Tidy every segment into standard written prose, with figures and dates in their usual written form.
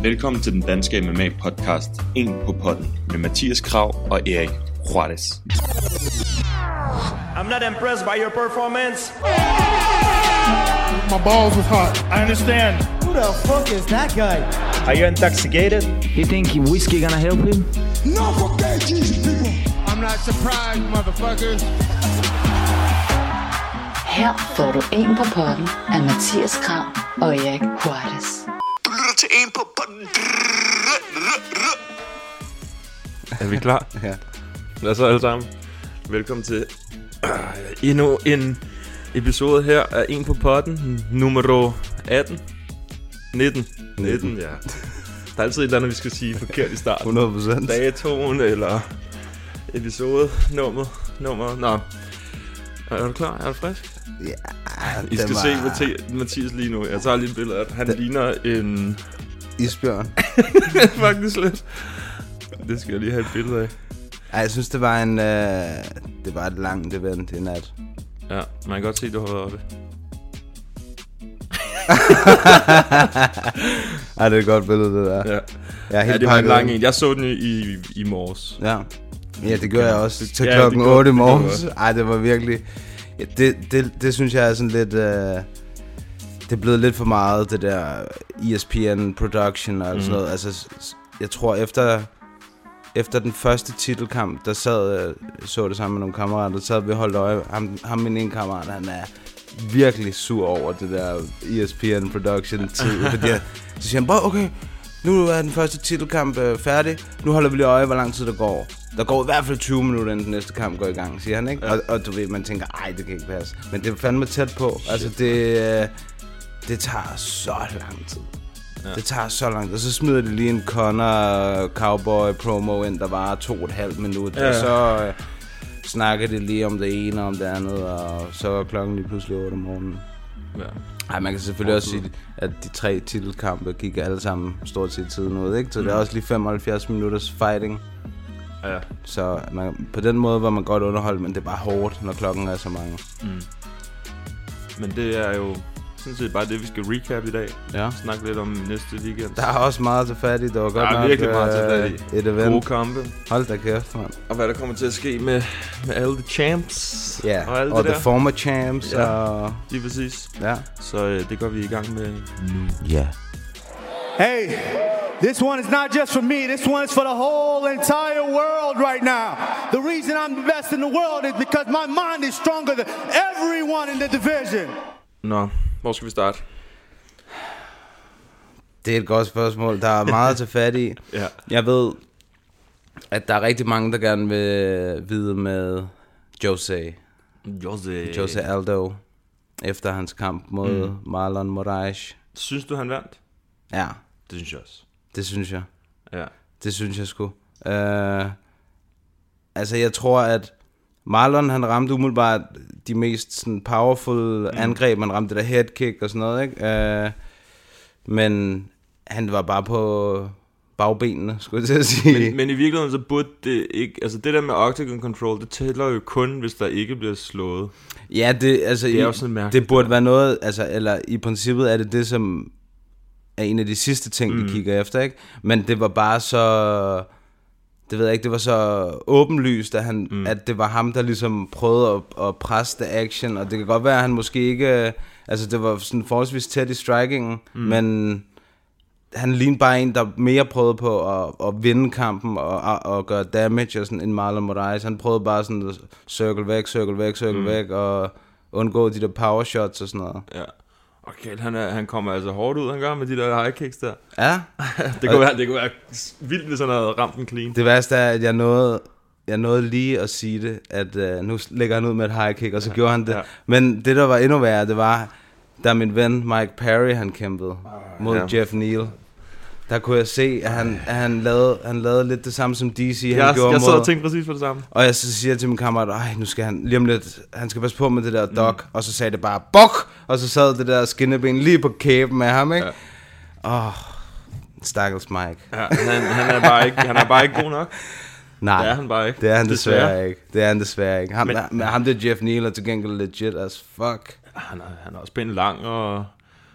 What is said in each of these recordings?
Velkommen til den danske MMA-podcast, En på potten, med Mathias Krav og Erik Juarez. I'm not impressed by your performance. My balls was hot. I understand. Who the fuck is that guy? Are you intoxicated? You think whiskey gonna help him? No, fuck that, Jesus, people. I'm not surprised, motherfuckers. Her får du En på potten af Mathias Krav og Erik Juarez. Du lytter til En på potten. Er vi klar? Ja. Lad os så alle sammen. Velkommen til endnu en episode her af En på potten, nummer 18. 19, ja. Der er altid et eller andet, vi skal sige forkert i starten. 100%. Datoen eller episode nummer. Nå. Er du klar? Er du frisk? Ja. I skal se Mathias lige nu. Jeg tager lige et billede af det. Han ligner en isbjørn. faktisk lidt. Det skal jeg lige have et billede af. Ej, jeg synes det var et langt event i nat. Ja, man kan godt se, du har været oppe. Ej, det er et godt billede, det der. Ja, Jeg er helt det var en pakket lang ind. en. Jeg så den i morges. Ja, det gør jeg også til Ja, klokken det gør- 8 i det gør morges. jeg. Ej, det var virkelig... Det synes jeg er sådan lidt... det er blevet lidt for meget, det der ESPN production og sådan noget. Altså, jeg tror efter den første titelkamp, der så det sammen med nogle kammerater, der sad vi og holdt øje. Ham min ene kammerat, han er virkelig sur over det der ESPN production tid. Fordi så siger han, okay, nu er den første titelkamp færdig. Nu holder vi lige øje, hvor lang tid der går. Der går i hvert fald 20 minutter, inden den næste kamp går i gang, siger han, ikke? Ja. Og du ved, man tænker, ej, det kan ikke passe. Men det er fandme tæt på. Altså, det tager så lang tid. Ja. Det tager så lang tid. Og så smider de lige en Conor Cowboy promo ind, der var 2,5 minutter. Ja. Og så snakker de lige om det ene og om det andet, og så er klokken lige pludselig 8 om morgenen. Ja. Ej, man kan selvfølgelig også sige, at de 3 titelkampe gik alle sammen stort set tiden ud, ikke? Så det er også lige 75 minutters fighting. Ja. Så på den måde var man godt underholdt, men det er bare hårdt, når klokken er så mange. Men det er jo sådan set bare det, vi skal recap i dag. Ja. Snakke lidt om næste weekend. Der er også meget til fat i. Det var godt Der er nok virkelig meget til fat i. et event. Gode kampe. Hold da kæft, mand. Og hvad der kommer til at ske med alle de champs. Ja, og alt og det the der. former champs. Ja. Og... Lige præcis. Ja. Så det går vi i gang med nu. Ja. Hey, this one is not just for me. This one is for the whole entire world right now. The reason I'm the best in the world is because my mind is stronger than everyone in the division. Nå, hvor skal vi starte? Det er et godt spørgsmål. Der er meget til fat i. Ja. Jeg ved, at der er rigtig mange, der gerne vil vide med Jose Aldo efter hans kamp mod Marlon Moraes. Synes du, han vandt? Ja, Det synes jeg også. det synes jeg. Ja. Det synes jeg sgu. Altså, jeg tror, at Marlon, han ramte umiddelbart de mest sådan, powerful angreb. Man ramte det der headkick og sådan noget, ikke? Men han var bare på bagbenene, skulle jeg til at sige. Men i virkeligheden så burde det ikke... Altså det der med octagon control, det tæller jo kun, hvis der ikke bliver slået. Ja, det er jo sådan mærkeligt. Det burde være noget, altså, eller i princippet er det, som er en af de sidste ting, vi kigger efter, ikke? Men det var bare så... Det ved jeg ikke, det var så åbenlyst, at det var ham, der ligesom prøvede at presse the action, og det kan godt være, at han måske ikke... Altså, det var sådan forholdsvis tæt i strikingen, men han lignede bare en, der mere prøvede på at vinde kampen og gøre damage, og sådan, end Marlon Moraes. Han prøvede bare sådan at circle væk, og undgå de der power shots og sådan noget. Ja. Okay, han kommer altså hårdt ud, han gør med de der high kicks der. Ja. det kunne være vildt, hvis han havde ramt den clean. Det værste er, at jeg nåede lige at sige det, at nu lægger han ud med et high kick, og så gjorde han det. Ja. Men det, der var endnu værre, det var, da min ven Mike Perry, han kæmpede mod Jeff Neal. Der kunne jeg se, at han lavede lidt det samme som DC. Jeg sad og tænkte præcis på det samme. Og jeg så siger til min kammerat, nu skal han lige om lidt, han skal passe på med det der dog. Og så sagde det bare, bok! Og så sad det der skinneben lige på kæben af ham, ikke? Stakkels Mike. Ja, han er bare ikke god nok. Nej, det er han bare ikke. Det er han desværre ikke. Ham det Jeff Neal er til gengæld legit as fuck. Han er også pænt lang og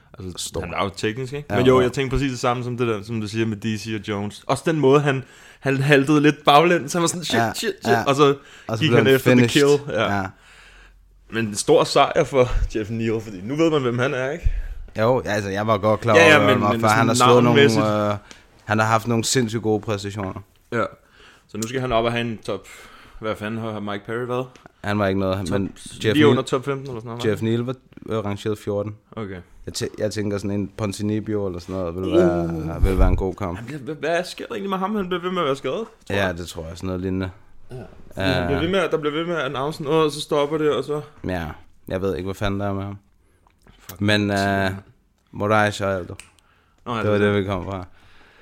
Altså, han er jo teknisk, ikke? Men jo, jeg tænkte præcis det samme som det der, som du siger med DC og Jones. Også den måde, han haltede lidt baglæns. Han var sådan, shit. Og så gik han efter the kill. Ja. Men en stor sejr for Jeff Neal, fordi nu ved man, hvem han er, ikke? Jo, altså jeg var godt klar over, for han har slået nogle... han har haft nogle sindssygt gode præstationer. Ja, så nu skal han op og have en top... Hvad fanden har Mike Perry været? Han var ikke noget, men Jeff lige under top 15 eller sådan noget. Jeff Neal var rangeret 14. Okay. Jeg tænker sådan en Ponzinibbio eller sådan noget vil være en god kamp. Hvad sker der egentlig med ham? Han bliver ved med at være skadet. Ja, det tror jeg, sådan noget lignende. Ja. Der bliver ved med at announcen, og så stopper det, og så... Ja, jeg ved ikke, hvad fanden der er med ham. Men Moraes og Aldo. Det var det, vi kom fra.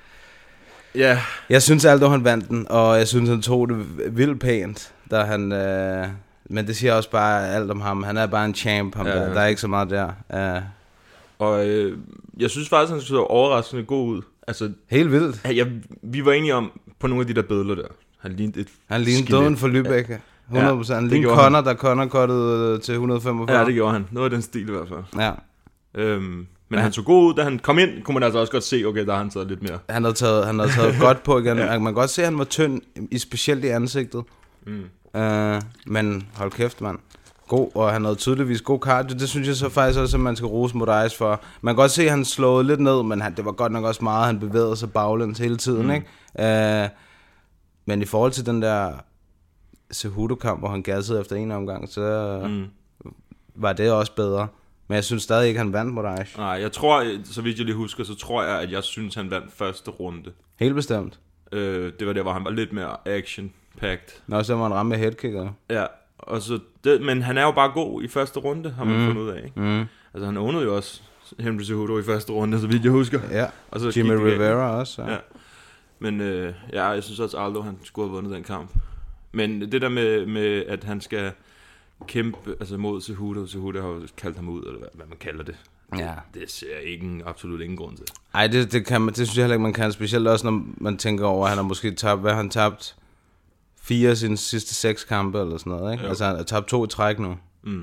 Ja. Jeg synes Aldo han vandt den, og jeg synes han tog det vildt pænt, da han... men det siger også bare alt om ham. Han er bare en champ, ham der. Der er ikke så meget der. Og jeg synes faktisk, han så overraskende god ud. Altså, helt vildt. Vi var enige om, på nogle af de der billeder der, han lignede døden for Lübeck. 100%. Han lignede Conor, da Conor cuttede til 145. Ja, det gjorde han. Noget af den stil i hvert fald. Ja. Men han så god ud, da han kom ind, kunne man altså også godt se, okay, der har han taget lidt mere. Han havde taget godt på igen. Man kan godt se, at han var tynd, specielt i ansigtet. Men hold kæft, mand. God, og han havde tydeligvis god cardio. Det synes jeg så faktisk også, at man skal rose Moraes for. Man kan godt se, at han slåede lidt ned, men det var godt nok også meget, han bevægede sig baglæns hele tiden, ikke? Men i forhold til den der Cejudo-kamp, hvor han gassede efter en omgang, så var det også bedre. Men jeg synes stadig ikke, han vandt Moraes. Nej, jeg tror, så vidt jeg lige husker, så tror jeg, at jeg synes, han vandt første runde. Helt bestemt. Det var der, hvor han var lidt mere action-packed. Nå, så var han ramt med headkicker. Ja, og så men han er jo bare god i første runde, har man fundet ud af, ikke? Altså, han ownede jo også Henry Cejudo i første runde, så vidt jeg husker. Ja, og så Jimmy Rivera også. Ja. Men jeg synes også, at Aldo, han skulle have vundet den kamp. Men det der med at han skal kæmpe altså mod Cejudo har jo kaldt ham ud, eller hvad man kalder det. Ja. Det ser absolut ingen grund til. Ej, det synes jeg heller ikke, man kan. Specielt også, når man tænker over, at han har måske tabt 4 af sine sidste 6 kampe, eller sådan noget, ikke? Jo. Altså, han har tabt 2 i træk nu.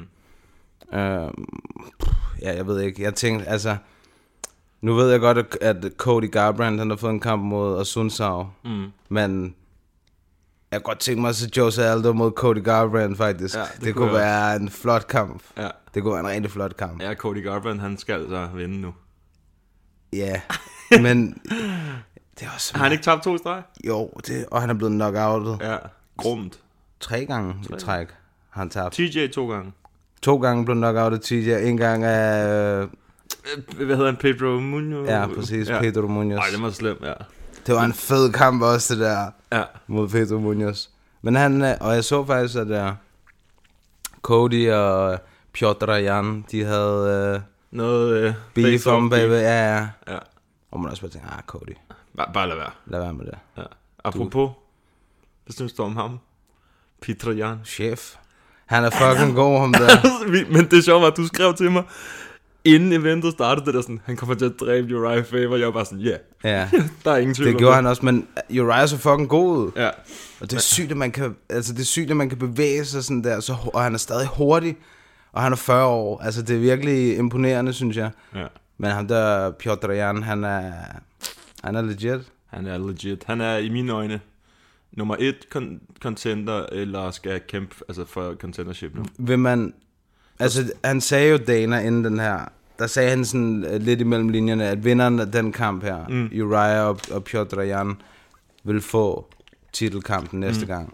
Jeg ved ikke. Jeg tænkte, altså... Nu ved jeg godt, at Cody Garbrandt, han har fået en kamp mod Asuncao. Men... Jeg kunne godt tænke mig at se Jose Aldo mod Cody Garbrandt, faktisk. Ja, det kunne være en flot kamp. Ja. Det kunne være en rigtig flot kamp. Ja, Cody Garbrandt, han skal så vinde nu. Ja, men... Det er også har han ikke tabt 2 i streg? Jo, og han er blevet knockoutet. Ja, grumt. 3 gange i træk har han tabt. TJ 2 gange. 2 gange blev knockoutet TJ. En gang af... hvad hedder han? Pedro Munoz? Ja, præcis. Ja. Pedro Munoz. Nej, det var slemt, ja. Det var en fed kamp også, det der. Mod Pedro Munoz. Men han... Og jeg så faktisk, at Cody og Piotr Jan, de havde... noget... beef om bagved. Ja. Og man også bare tænker, Cody. Bare lad være. Lad være med det. Ja. Apropos, hvad synes du om ham? Piotr Jan. Chef. Han er fucking god, ham der. Men det er sjovt, at du skrev til mig, inden eventet startede, det der sådan, han kommer til at dræbe Uriah Faber. Jeg var bare sådan, ja. Der er ingen tvivl. Det gjorde han også, men Uriah så fucking god ud. Ja. Og det er sygt, at man kan, bevæge sig sådan der, og han er stadig hurtig, og han er 40 år. Altså, det er virkelig imponerende, synes jeg. Ja. Men ham der, Piotr Jan, han er legit. Han er legit. Han er i mine øjne nummer 1 contender, eller skal kæmpe altså for contendership nu. Vil man... Altså, han sagde jo Dana inden den her... Der sagde han sådan lidt imellem linjerne, at vinderen af den kamp her, Uriah og Piotr Jan, vil få titelkampen næste gang.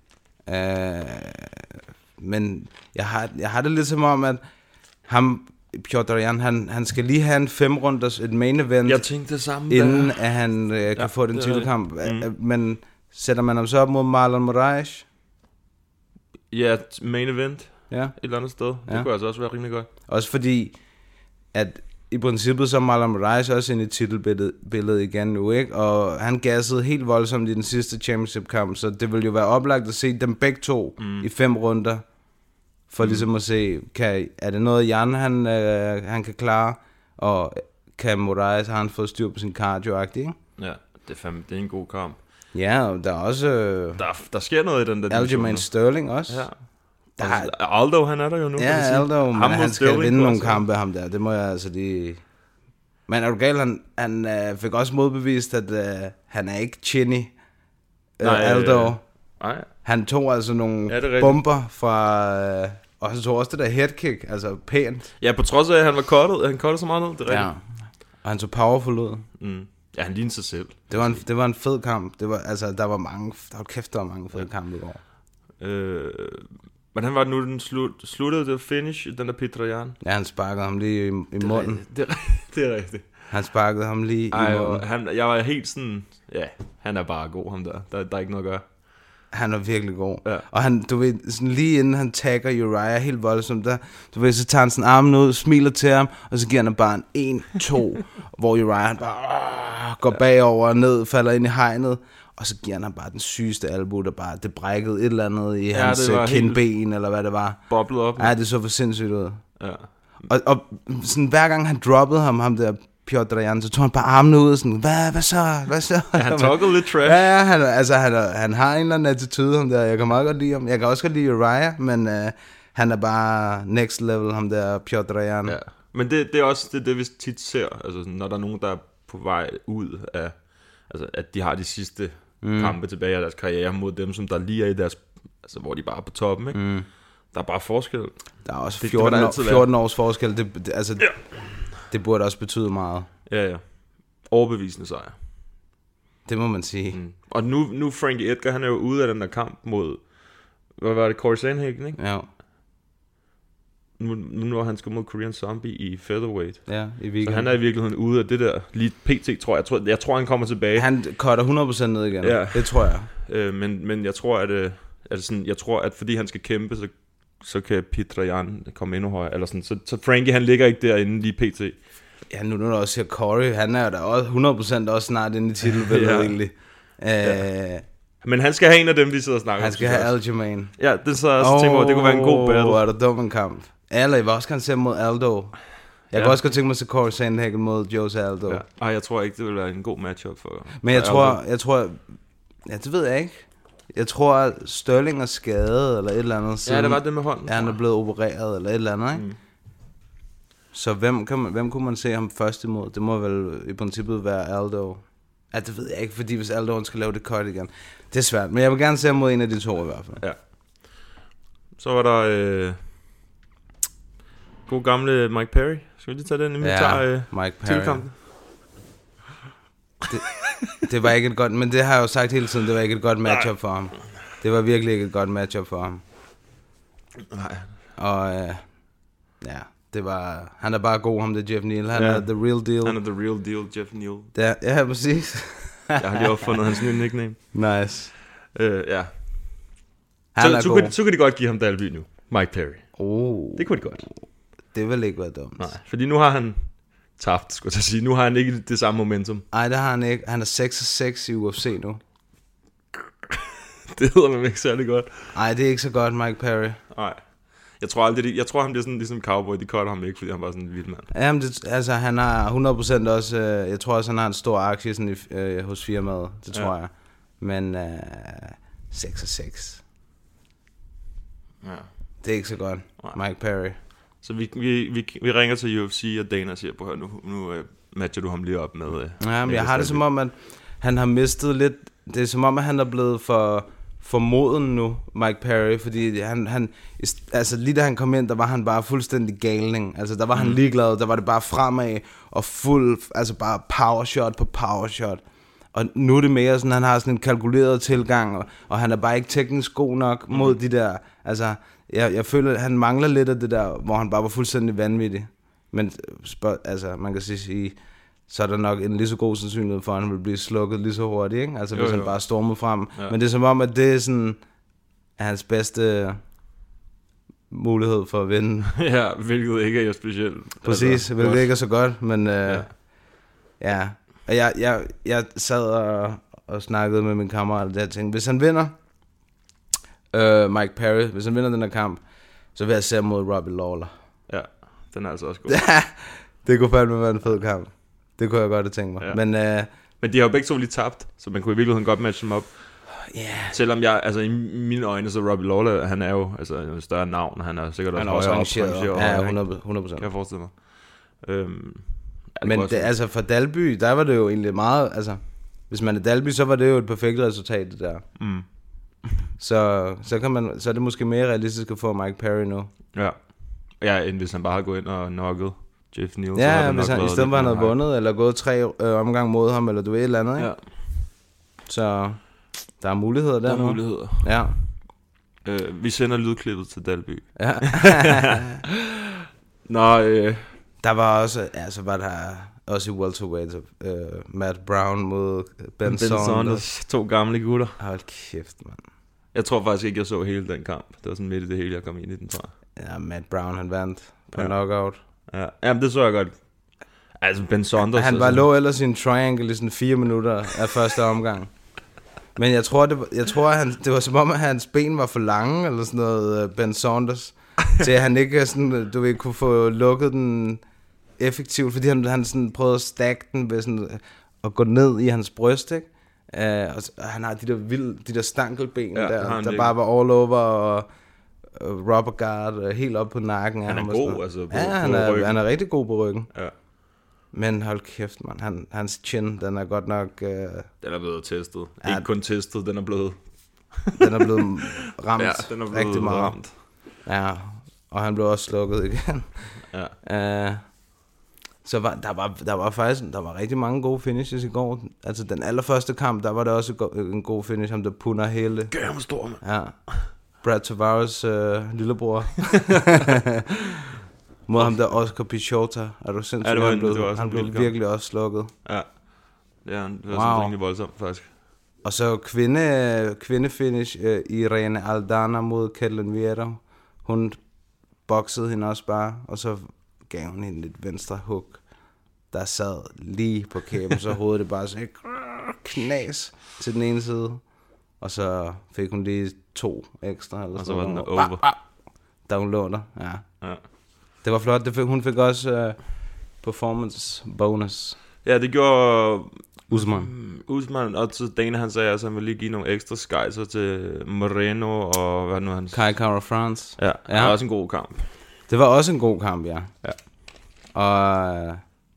Men jeg har det lidt som om, at Piotr Jan, han skal lige have en 5-runders, et main event, jeg tænkte det samme inden at han kan få den titelkamp. Men sætter man ham så op mod Marlon Moraes? Ja, main event. Ja. Et eller andet sted. Det kunne altså også være rimelig godt. Også fordi, at i princippet så er Marlon Moraes også inde i titelbilledet igen nu, ikke? Og han gassede helt voldsomt i den sidste championship-kamp, så det vil jo være oplagt at se dem begge to i 5 runder, for ligesom at se, er det noget Jan han kan klare, og kan Moraes, har han fået styr på sin cardio-agtig, ikke? Ja, det er en god kamp. Ja, og der er også... Der sker noget i den der... Aljamain Sterling også. Ja. Aldo, han er der jo nu. Ja, Aldo, men han skal vinde nogle kampe, ham der. Det må jeg altså lige... Men er du gal, han fik også modbevist, at han er ikke chinny, Aldo. Nej. Han tog altså nogle bomber fra... og han tog også det der headkick, altså pænt. Ja, på trods af, at han var cuttet. Han cuttede så meget ned, det er rigtigt. Ja, og han tog powerful ud. Ja, han lignede sig selv. Det var en fed kamp. Det var, altså, der var mange fede kampe i går. Hvordan var det nu, den sluttede det finish, den der Petroyan? Ja, han sparkede ham lige i munden. Det er rigtigt. Han sparkede ham lige i munden. Jeg var helt sådan, ja, han er bare god, ham der. Der er ikke noget at gøre. Han er virkelig god. Ja. Og han, du ved, sådan lige inden han tagger Uriah helt voldsomt der, du ved, så tager han sådan armen ud, smiler til ham, og så giver han bare en 1-2, hvor Uriah han bare går bagover og ned, falder ind i hegnet, og så giver han bare den sygeste albu, der bare, det brækkede et eller andet i hans kindben, eller hvad det var. Boblet op. Ja, det så for sindssygt ud. Ja. Og sådan hver gang han droppede ham der Piotr Jan, så tog han bare armene ud og sådan, hvad så? Ja, han talkede lidt trash. Ja, han har en eller anden attitude, ham der. Jeg kan meget godt lide ham. Jeg kan også godt lide Uriah, men han er bare next level, ham der Piotr Jan. Ja. Men det er også det vi tit ser, altså når der er nogen, der er på vej ud af, altså at de har de sidste kampe tilbage af deres karriere mod dem, som der lige er i deres, altså hvor de bare er på toppen, ikke? Der er bare forskel. Der er også 14 års forskel. Det burde også betyde meget. Ja. Overbevisende sejr. Det må man sige. Og nu Frankie Edgar, han er jo ude af den der kamp mod, hvad var det, Corey Sandhagen, ikke? Ja. Nu når han skal mod Korean Zombie i featherweight. Ja, i weekend. Så han er i virkeligheden ude af det der, lige PT, tror jeg. Jeg tror, han kommer tilbage. Han cutter 100% ned igen. Ja. Det tror jeg. Men jeg tror, at fordi han skal kæmpe, så kan Petra Jan komme endnu højere. Eller sådan. Så Frankie, han ligger ikke derinde lige PT. Ja, nu der også siger Corey, han er jo da også 100% også snart inde i titelbilledet egentlig. Men han skal have en af dem, vi sidder og snakker om. Han skal have Aljamain. Ja, det så også tænker over, det kunne være en god battle. Er det dum en kamp. Eller jeg vil også gerne se mod Aldo. Jeg kan også godt tænke mig at se Corey Sandhagen mod Jose Aldo. Ja. Jeg tror ikke, det vil være en god matchup for. Men jeg tror, ja, det ved jeg ikke. Jeg tror, at Sterling er skadet eller et eller andet. Siden, det var det med hånden. Ja, han er blevet opereret eller et eller andet, ikke? Så hvem kunne man se ham først imod? Det må vel i princippet være Aldo. Ja, det ved jeg ikke, fordi hvis Aldo skal lave det cut igen. Det er svært, men jeg vil gerne se ham mod en af de to i hvert fald. Ja. Så var der god gamle Mike Perry. Skal vi lige tage den, inden vi tager Mike Perry. Det var ikke et godt, men det har jeg jo sagt hele tiden, det var ikke et godt matchup for ham. Det var virkelig ikke et godt matchup for ham. Nej. Og ja, det var, han er bare god, ham der Jeff Neal. Han er the real deal. Han er the real deal, Jeff Neal. Ja, præcis. Jeg har lige opfundet hans nye nickname. Nice. Ja. Så kan de godt give ham Dalby nu. Mike Perry. Det kunne de godt. Det vil ikke være dumt. Nej, fordi nu har han tabt, skulle jeg sige. Nu har han ikke det samme momentum. Nej, det har han ikke. Han er 6-6 i UFC nu. Det hedder man ikke særlig godt. Nej, det er ikke så godt, Mike Perry. Nej. Jeg tror han bliver sådan ligesom Cowboy. De cutter ham ikke, fordi han var sådan en vild mand. Jamen, altså han har 100% også. Jeg tror også han har en stor aktie sådan hos firmaet. Det tror jeg. Men 6-6. Ja. Det er ikke så godt, Mike Perry. Så vi ringer til UFC, og Dana siger på her, nu matcher du ham lige op med. Ja, men jeg har det som om, at han har mistet lidt. Det er som om, at han er blevet for moden nu, Mike Perry, fordi han altså lige da han kom ind, der var han bare fuldstændig galning. Altså der var han ligeglad, der var det bare fremad og fuld, altså bare powershot på powershot. Og nu er det mere sådan, han har sådan en kalkuleret tilgang, og han er bare ikke teknisk god nok mod de der, altså jeg føler, at han mangler lidt af det der, hvor han bare var fuldstændig vanvittig. Men altså man kan sige, så er der nok en lige så god sandsynlighed for, at han vil blive slukket lige så hurtigt, ikke? Altså hvis han bare stormer frem. Ja. Men det er som om, at det er sådan hans bedste mulighed for at vinde. Ja, hvilket ikke er specielt. Præcis, altså, hvilket ikke er så godt, men ja. Og jeg sad og snakkede med min kammerat, og jeg tænkte, hvis han vinder, Mike Perry, hvis han vinder den her kamp, så vil jeg se mod Robbie Lawler. Ja, den er altså også god. Det kunne fandme være en fed kamp. Det kunne jeg godt have tænkt mig. Ja. Men de har jo begge to lige tabt, så man kunne i virkeligheden godt matche dem op. Yeah. Selvom jeg, altså i mine øjne, så Robbie Lawler, han er jo altså en større navn, han er sikkert også højere rangeret. Ja, 100%. Kan jeg forestille mig. Men det, altså for Dalby, der var det jo egentlig meget, altså hvis man er Dalby, så var det jo et perfekt resultat det der. Så kan man, så er det måske mere realistisk at få Mike Perry nu. Ja, end hvis han bare har gået ind og knocket Jeff Neal. Ja, hvis han i stedet for han havde vundet, eller gået 3 omgang mod ham, eller du ved et eller andet, ikke? Ja. Så der er muligheder der nu. Ja. Vi sender lydklippet til Dalby. Ja. Der var også, altså var der også i welterweight, Matt Brown mod Ben Saunders. 2 gamle gutter. Hold kæft, mand. Jeg tror faktisk ikke, jeg så hele den kamp. Det var sådan midt i det hele, jeg kom ind i den, tror jeg. Ja, Matt Brown, han vandt på knockout. Ja, jamen det så jeg godt. Altså Ben Saunders. Han var lå ellers i en triangle i sådan 4 minutter af første omgang. Men jeg tror, det var som om, at hans ben var for lange, eller sådan noget, Ben Saunders, til at han ikke sådan, du ved, kunne få lukket den effektivt, fordi han sådan prøvede at stack den ved sådan at gå ned i hans bryst, ikke? Og han har de der stankelben der bare var all over og rubber guard helt op på nakken. Han er god, altså på han er rigtig god på ryggen. Ja. Men hold kæft, man, hans chin, den er godt nok... den er blevet testet. Ikke kun testet, den er blevet... den er blevet ramt. Ja, den er blevet rigtig meget. ramt. Ja, og han blev også slukket igen. Ja. Så der var rigtig mange gode finishes i går. Altså den allerførste kamp, der var der også en god finish, ham der Punahele hele. Gør ham stor, man. Ja. Brad Tavares lillebror. Mod ham der Oscar Pichota. Er du sindssygt? Ja, han blev virkelig også slukket. Ja. Ja, det var sådan rimelig voldsomt faktisk. Og så kvindefinish Irene Aldana mod Ketlen Vieira. Hun boxede hende også bare, og så gav hun hende et venstre hook, der sad lige på kæben, så hovedet det bare sådan knas til den ene side. Og så fik hun lige 2 ekstra. Eller og så var den over. Da hun lå der, ja. Det var flot. Hun fik også performance bonus. Ja, det gjorde Usman. Og så Dana, han sagde, at han ville lige give nogle ekstra skejser til Moreno og hvad nu han... Kai Kara France. Ja, det var også en god kamp. Det var også en god kamp, ja. Og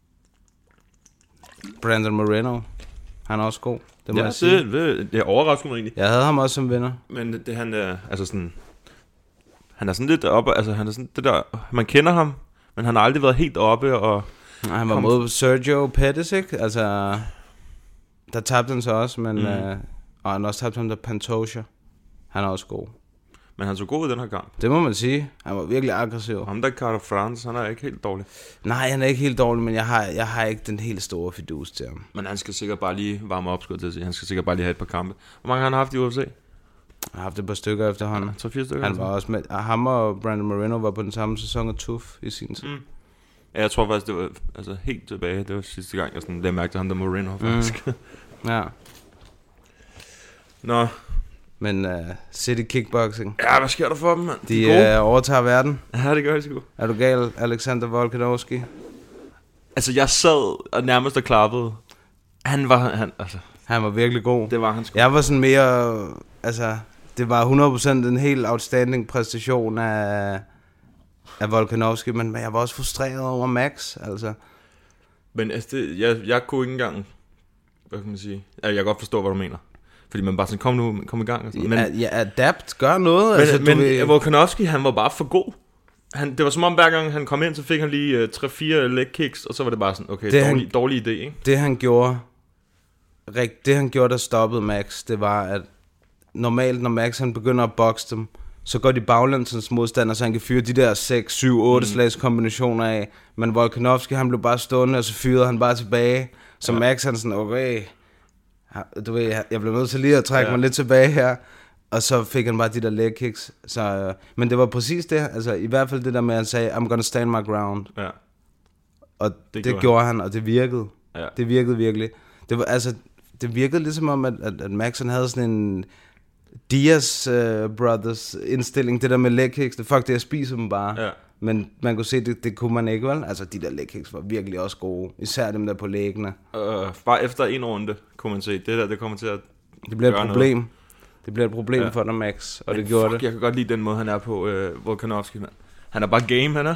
Brandon Moreno, han er også god. Det må jeg sige. Det overrasker mig egentlig. Jeg havde ham også som vinder. Men det han er, altså sådan... Han er sådan lidt oppe, altså han er sådan det der... Man kender ham, men han har aldrig været helt oppe og... Nej, han var mod Sergio Pettis, ikke? Altså... Der tabte han så også, men... og han også tabte ham der Pantoja. Han er også god. Men han så god i den her kamp. Det må man sige. Han var virkelig aggressiv. Ham der Carter France, han er ikke helt dårlig. Nej, han er ikke helt dårlig, men jeg har ikke den helt store fidus til ham. Men han skal sikkert bare lige varme op, skulle jeg til at sige. Han skal sikkert bare lige have et par kampe. Hvor mange har han haft i UFC? Han har haft et par stykker efterhånden. 3-4 stykker? Han var også med. Ham og Brandon Moreno var på den samme sæson af TUF i sin tid. Ja, jeg tror faktisk, det var altså, helt tilbage. Det var sidste gang, jeg sådan lagde mærke til ham der Moreno, faktisk. Ja. Nå. Men City Kickboxing. Ja, hvad sker der for dem, mand? De overtager verden. Ja, det gør de sgu. Er du gal, Alexander Volkanovski? Altså, jeg sad og nærmest og klappede. Han var virkelig god. Det var han sgu. Jeg var sådan mere... Altså, det var 100% en helt outstanding præstation af Volkanovski, men jeg var også frustreret over Max, altså. Men altså, jeg kunne ikke engang... Hvad kan man sige? Jeg kan godt forstå, hvad du mener. Fordi man bare sådan, kom i gang. Og sådan. Men, adapt, gør noget. Men, altså, men Volkanovski, han var bare for god. Det var som om, hver gang han kom ind, så fik han lige 3-4 leg kicks, og så var det bare sådan, okay, dårlig idé, ikke? Det han gjorde, der stoppede Max, det var, at normalt, når Max han begynder at boxe dem, så går de baglænsens modstander, så han kan fyre de der 6, 7, 8 slags kombinationer af. Men Volkanovski, han blev bare stående, og så fyrede han bare tilbage. Så Max han sådan, okay, du ved, jeg blev nødt til lige at trække mig lidt tilbage her. Og så fik han bare de der leg kicks. Så, men det var præcis det, altså i hvert fald det der med, at han sagde, I'm gonna stand my ground. Ja. Og det gjorde han, og det virkede. Ja. Det virkede virkelig. Det var, altså, det virkede ligesom om, at Max han havde sådan en Diaz Brothers indstilling, det der med leg kicks. Fuck det, jeg spiser dem bare. Ja. Men man kunne se, det kunne man ikke, vel? Altså, de der leg kicks var virkelig også gode. Især dem der på læggene. Bare efter en runde, kunne man se, det der, det kommer til at det bliver et problem. Noget. Det bliver et problem for dig, Max, og men det gjorde det. Jeg kan godt lide den måde, han er på, Volkanovski, mand. Han er bare game, han er.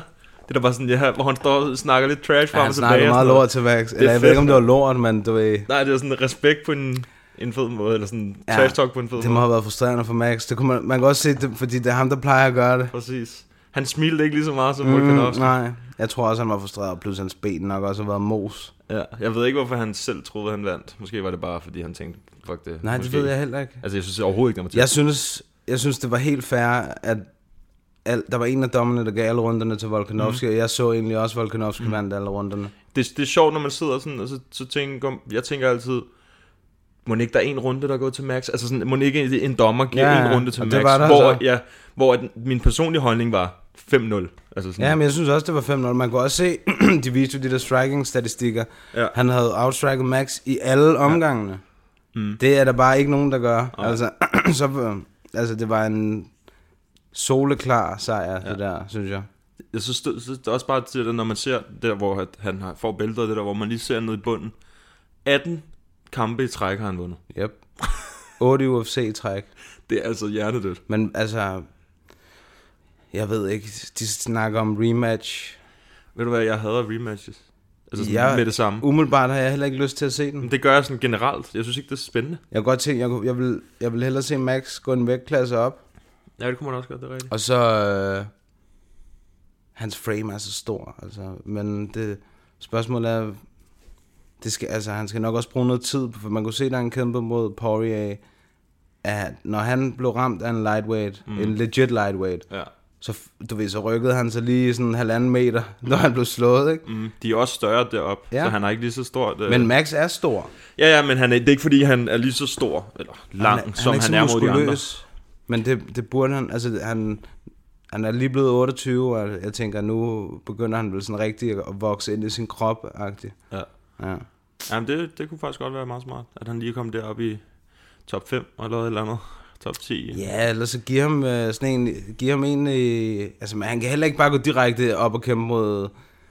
Det der var sådan, hvor han står og snakker lidt trash frem og tilbage. Han snakker meget lort til Max. Eller jeg ved ikke, om det var lort, men du ved... Nej, det var sådan respekt på en fed måde, eller sådan trash talk på en fed måde. Det må have været frustrerende for Max. Det kunne man kan også se det, fordi det er ham, der plejer at gøre det. Præcis. Han smilte ikke lige så meget som Volkanovski. Nej, jeg tror også, han var frustreret, plus hans ben nok også har været mos. Ja, jeg ved ikke, hvorfor han selv troede, han vandt. Måske var det bare, fordi han tænkte, fuck det. Nej, måske. det ved jeg heller ikke. Altså, jeg synes overhovedet ikke, det var til. Jeg synes, det var helt fair, at der var en af dommerne, der gav alle runderne til Volkanovski, og jeg så egentlig også, Volkanovski vandt alle runderne. Det er sjovt, når man sidder sådan, og så tænker jeg altid, må ikke der er en runde, der går til Max? Altså sådan, må ikke en dommer giver en runde til Max? Hvor min personlige holdning var 5-0. Altså sådan. Ja, men jeg synes også, det var 5-0. Man kunne også se, de viste jo de der striking-statistikker. Ja. Han havde outstriket Max i alle omgangene. Det er der bare ikke nogen, der gør. Altså, det var en soleklar sejr, det der, synes jeg. Jeg synes, det er også bare til det, når man ser der, hvor han får bæltet, det der, hvor man lige ser ned i bunden. 18 kampe i træk har han vundet. Yep. 8 UFC i træk. Det er altså hjernedødt. Men altså, jeg ved ikke, de snakker om rematch. Ved du hvad, jeg hader rematches. Altså med det samme. Umiddelbart har jeg heller ikke lyst til at se den. Men det gør jeg sådan generelt. Jeg synes ikke, det er spændende. Jeg kan godt tænke, jeg vil hellere se Max gå en vægtklasse op. Ja, det kunne man også gøre, det er rigtigt. Og så hans frame er så stor, altså. Men det spørgsmålet er, han skal nok også bruge noget tid, for man kunne se, da han kæmpede mod Poirier, at når han blev ramt af en lightweight, en legit lightweight, så rykkede han sig lige sådan 1,5 meter, når han blev slået, ikke? De er også større deroppe, så han er ikke lige så stor. Men Max er stor. Ja, men det er ikke fordi, han er lige så stor, eller lang, som han er mod de andre. Men det burde han, altså han er lige blevet 28, og jeg tænker, nu begynder han vel sådan rigtig at vokse ind i sin krop-agtigt. Ja. Jamen det kunne faktisk godt være meget smart, at han lige kom derop i top 5 eller et eller andet, top 10. Ja, eller så giver ham en altså han kan heller ikke bare gå direkte op og kæmpe mod,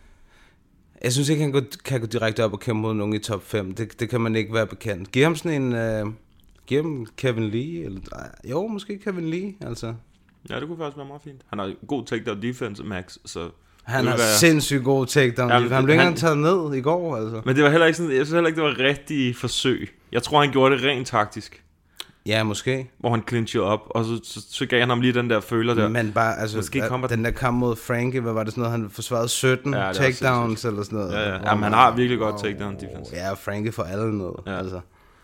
jeg synes ikke, han kan gå direkte op og kæmpe mod nogen i top 5, det kan man ikke være bekendt. Giv ham sådan en, giv ham Kevin Lee, eller jo, måske Kevin Lee, altså. Ja, det kunne faktisk være meget fint. Han har god takedown defense, Max, så... Han har sindssygt god takedown. Han blev ikke engang taget ned i går, altså. Men det var heller ikke sådan, jeg synes heller ikke, det var rigtig forsøg. Jeg tror, han gjorde det rent taktisk. Ja, måske. Hvor han clinchede op, og så gav han ham lige den der føler der. Men bare, altså, den der kamp mod Frankie, hvad var det sådan noget, han forsvarede 17 takedowns eller sådan noget. Ja. Jamen, han har virkelig godt takedown defense. Ja, Frankie får alle ned, altså.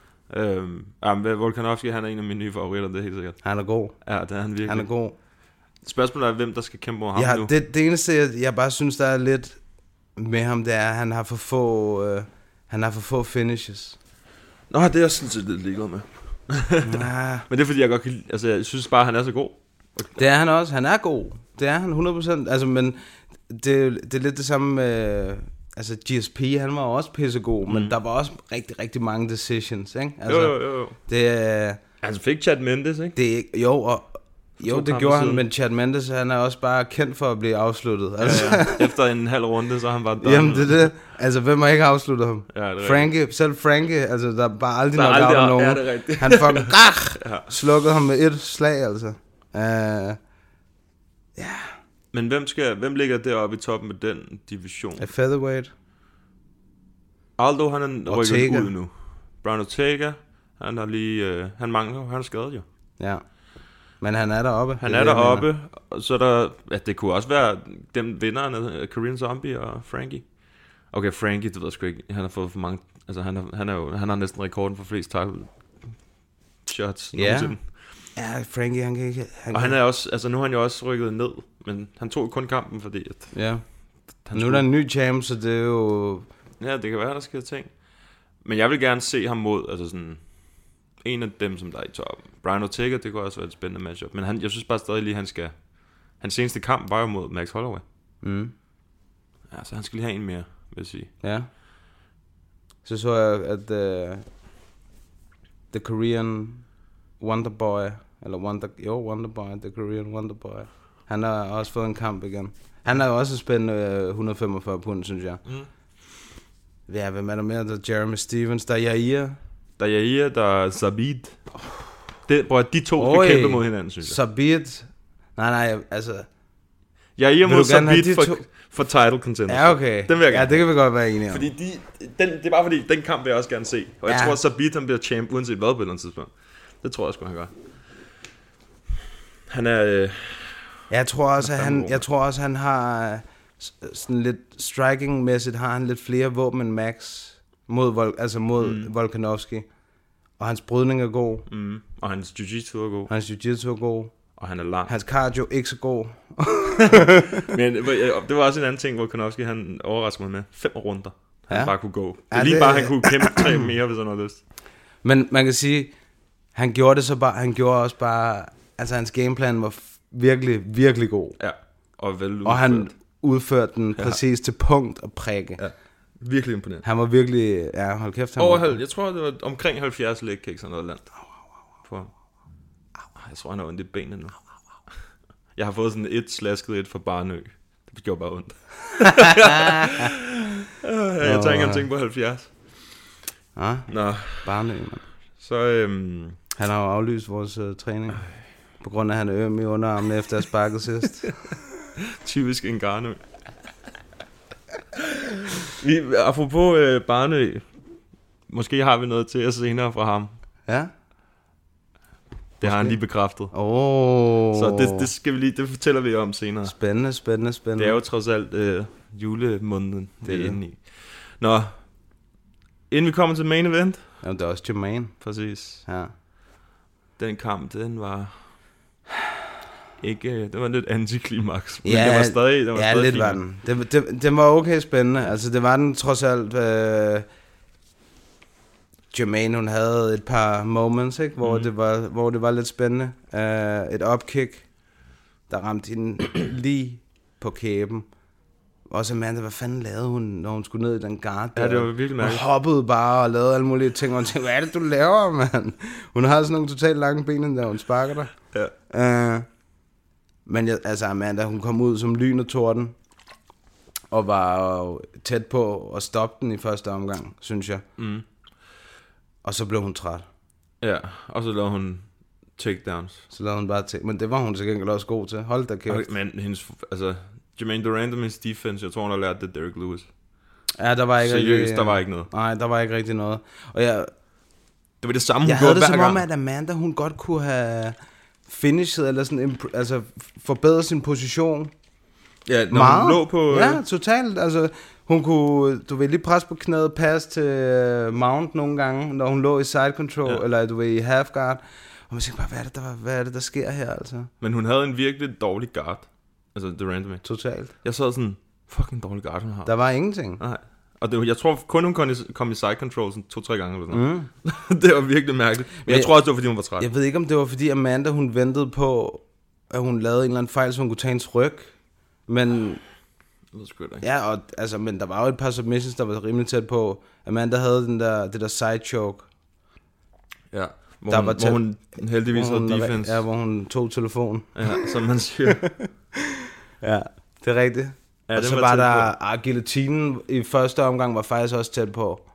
Volkanovski, han er en af mine nye favoritter, det er helt sikkert. Han er god. Ja, det er han virkelig. Han er god. Spørgsmålet er, hvem der skal kæmpe mod ham nu. Det eneste, jeg bare synes, der er lidt med ham, det er, at han har for få finishes. Nå, det er jeg sådan set lidt ligeglad med. Men det er fordi, jeg godt kan, altså jeg synes bare, han er så god. Det er han også, han er god. Det er han 100%, altså, men det er lidt det samme med... Altså GSP, han var også pissegod, men der var også rigtig, rigtig mange decisions, ikke? Altså, jo. Det altså fik Chad Mendes, ikke? Det gjorde han, men Chad Mendes, han er også bare kendt for at blive afsluttet. Altså. Ja. Efter en halv runde, så er han bare done. Jamen, det er det. Altså, hvem har ikke afsluttet ham? Ja, selv Frankie, altså, der er bare aldrig nok af nogen. Ja, han fucking slukkede ham med et slag, altså. Ja. Men hvem ligger deroppe i toppen med den division? A featherweight. Aldo, han er rykket ud nu. Brown Ortega, han har lige, han mangler, han er skadet jo. Ja. Men han er deroppe. Han er deroppe, og så er der, det kunne også være dem vinderne, Korean Zombie og Frankie. Okay, Frankie, det ved jeg sgu ikke, han har fået for mange, altså han har næsten rekorden for flest title shots nogensinde. Ja, Frankie, han kan ikke... Og han er også, altså nu har han jo også rykket ned, men han tog kun kampen, fordi at... Ja, nu er der en ny champ, så det er jo... Ja, det kan være, der sker ting. Men jeg vil gerne se ham mod, altså sådan... En af dem, som der er i toppen. Brian Ortega, det kunne også være et spændende matchup. Men jeg synes bare stadig lige, han skal... Hans seneste kamp var jo mod Max Holloway. Ja, så han skal lige have en mere, vil jeg sige. Ja. Så jeg, at... The Korean... Wonderboy, eller Wonderboy, The Korean Wonderboy. Han har også fået en kamp igen. Han er jo også spændende 145 pund, synes jeg. Ja, hvem er der mere? Der er Jeremy Stevens, der er Yair. Der er Zabit. De to skal kæmpe mod hinanden, synes jeg. Zabit. Nej, altså... Yair mod Zabit for title contender. Ja, okay. Den vil jeg gerne. Ja, det kan vi godt være enige om. Fordi det er bare fordi, den kamp vil jeg også gerne se. Og jeg tror, at Zabit han bliver champ, uanset hvad på et eller andet tidspunkt. Det tror jeg sgu, han gør. Han er... Jeg tror også, han har sådan lidt striking-mæssigt, har han lidt flere våben end Max mod Volkanovski. Og hans brydning er god. Og hans jiu-jitsu er god. Og han er lang. Hans cardio ikke så god. Men det var også en anden ting, hvor Volkanovski han overraskede mig med 5 runder. Han bare kunne gå. Det er lige bare, han kunne kæmpe 3 mere, hvis han havde lyst. Men man kan sige, han gjorde også bare, altså hans gameplan var virkelig, virkelig god. Ja, og vel udført. Og han udførte den præcis til punkt og prikke. Ja. Virkelig imponerende. Han var virkelig, hold kæft. Jeg tror, det var omkring 70 leg kicks og noget land. Jeg tror, han har ondt i benene nu. Jeg har fået sådan et slasket et fra Barnø. Det gjorde bare ondt. Jeg tager ikke engang tænke på 70. Nå. Barnø, man. Så, han har jo aflyst vores træning. På grund af, at han er øm i underarmen efter at sparket sidst. Typisk en Garnø. Apropos Barnø. Måske har vi noget til os senere fra ham. Ja. Det har han lige bekræftet. Så det skal vi lige, det fortæller vi om senere. Spændende. Det er jo trods alt julemåneden, det er inde i. Nå, inden vi kommer til main event. Ja, det er også Jermaine. Præcis. Ja. Den kamp, den var ikke, det var lidt antiklimaks. Men ja, det var stadig lidt var den. Den var okay spændende. Altså det var den trods alt. Jermaine, hun havde et par moments, ikke, hvor det var lidt spændende. Et upkick, der ramte hende lige på kæben. Også Amanda, hvad fanden lavede hun, når hun skulle ned i den guard der? Ja, det var virkelig mærkeligt. Hun hoppede bare og lavede alle mulige ting, og hun tænkte, hvad er det, du laver, mand? Hun har sådan nogle totalt lange ben, der hun sparker dig. Ja. Men altså Amanda, hun kom ud som lyn og torden, og var tæt på at stoppe den i første omgang, synes jeg. Og så blev hun træt. Ja, og så lavede hun takedowns. Så lavede hun bare men det var hun til gengæld også god til. Hold da kæft. Men hendes, Jermaine Durant og hendes defense, jeg tror hun har lært det Derek Lewis. Ja, der var ikke seriøst, der var ikke noget. Nej, der var ikke rigtig noget. Og det var det samme, hun jeg gjorde havde det hver som om, gang. at Amanda, hun godt kunne have finished, eller sådan, altså forbedret sin position. Ja, når hun lå på... Ja, totalt. Altså, hun kunne, du ved, lige presse på knæet, passe til mount nogle gange, når hun lå i side control, eller du ved, i half guard. Og man tænkte bare, hvad er det, der sker her, altså? Men hun havde en virkelig dårlig guard. Altså, Durant med. Totalt. Jeg sad sådan, fucking dårlig guard, hun har. Der var ingenting. Nej. Og jeg tror kun, hun kom i side control sådan 2-3 gange eller sådan. Det var virkelig mærkeligt. Men jeg tror også, det var, fordi hun var træt. Jeg ved ikke, om det var, fordi Amanda, hun ventede på, at hun lavede en eller anden fejl, så hun kunne tage hendes ryg. Men... Ja, og, altså, men der var jo et par submissions, der var rimelig tæt på. Amanda havde det der side choke. Ja, hvor hun heldigvis havde defense. Ja, hvor hun tog telefonen. Ja, som man siger. Ja, det er rigtigt. Ja, og så var der guillotinen i første omgang var faktisk også tæt på.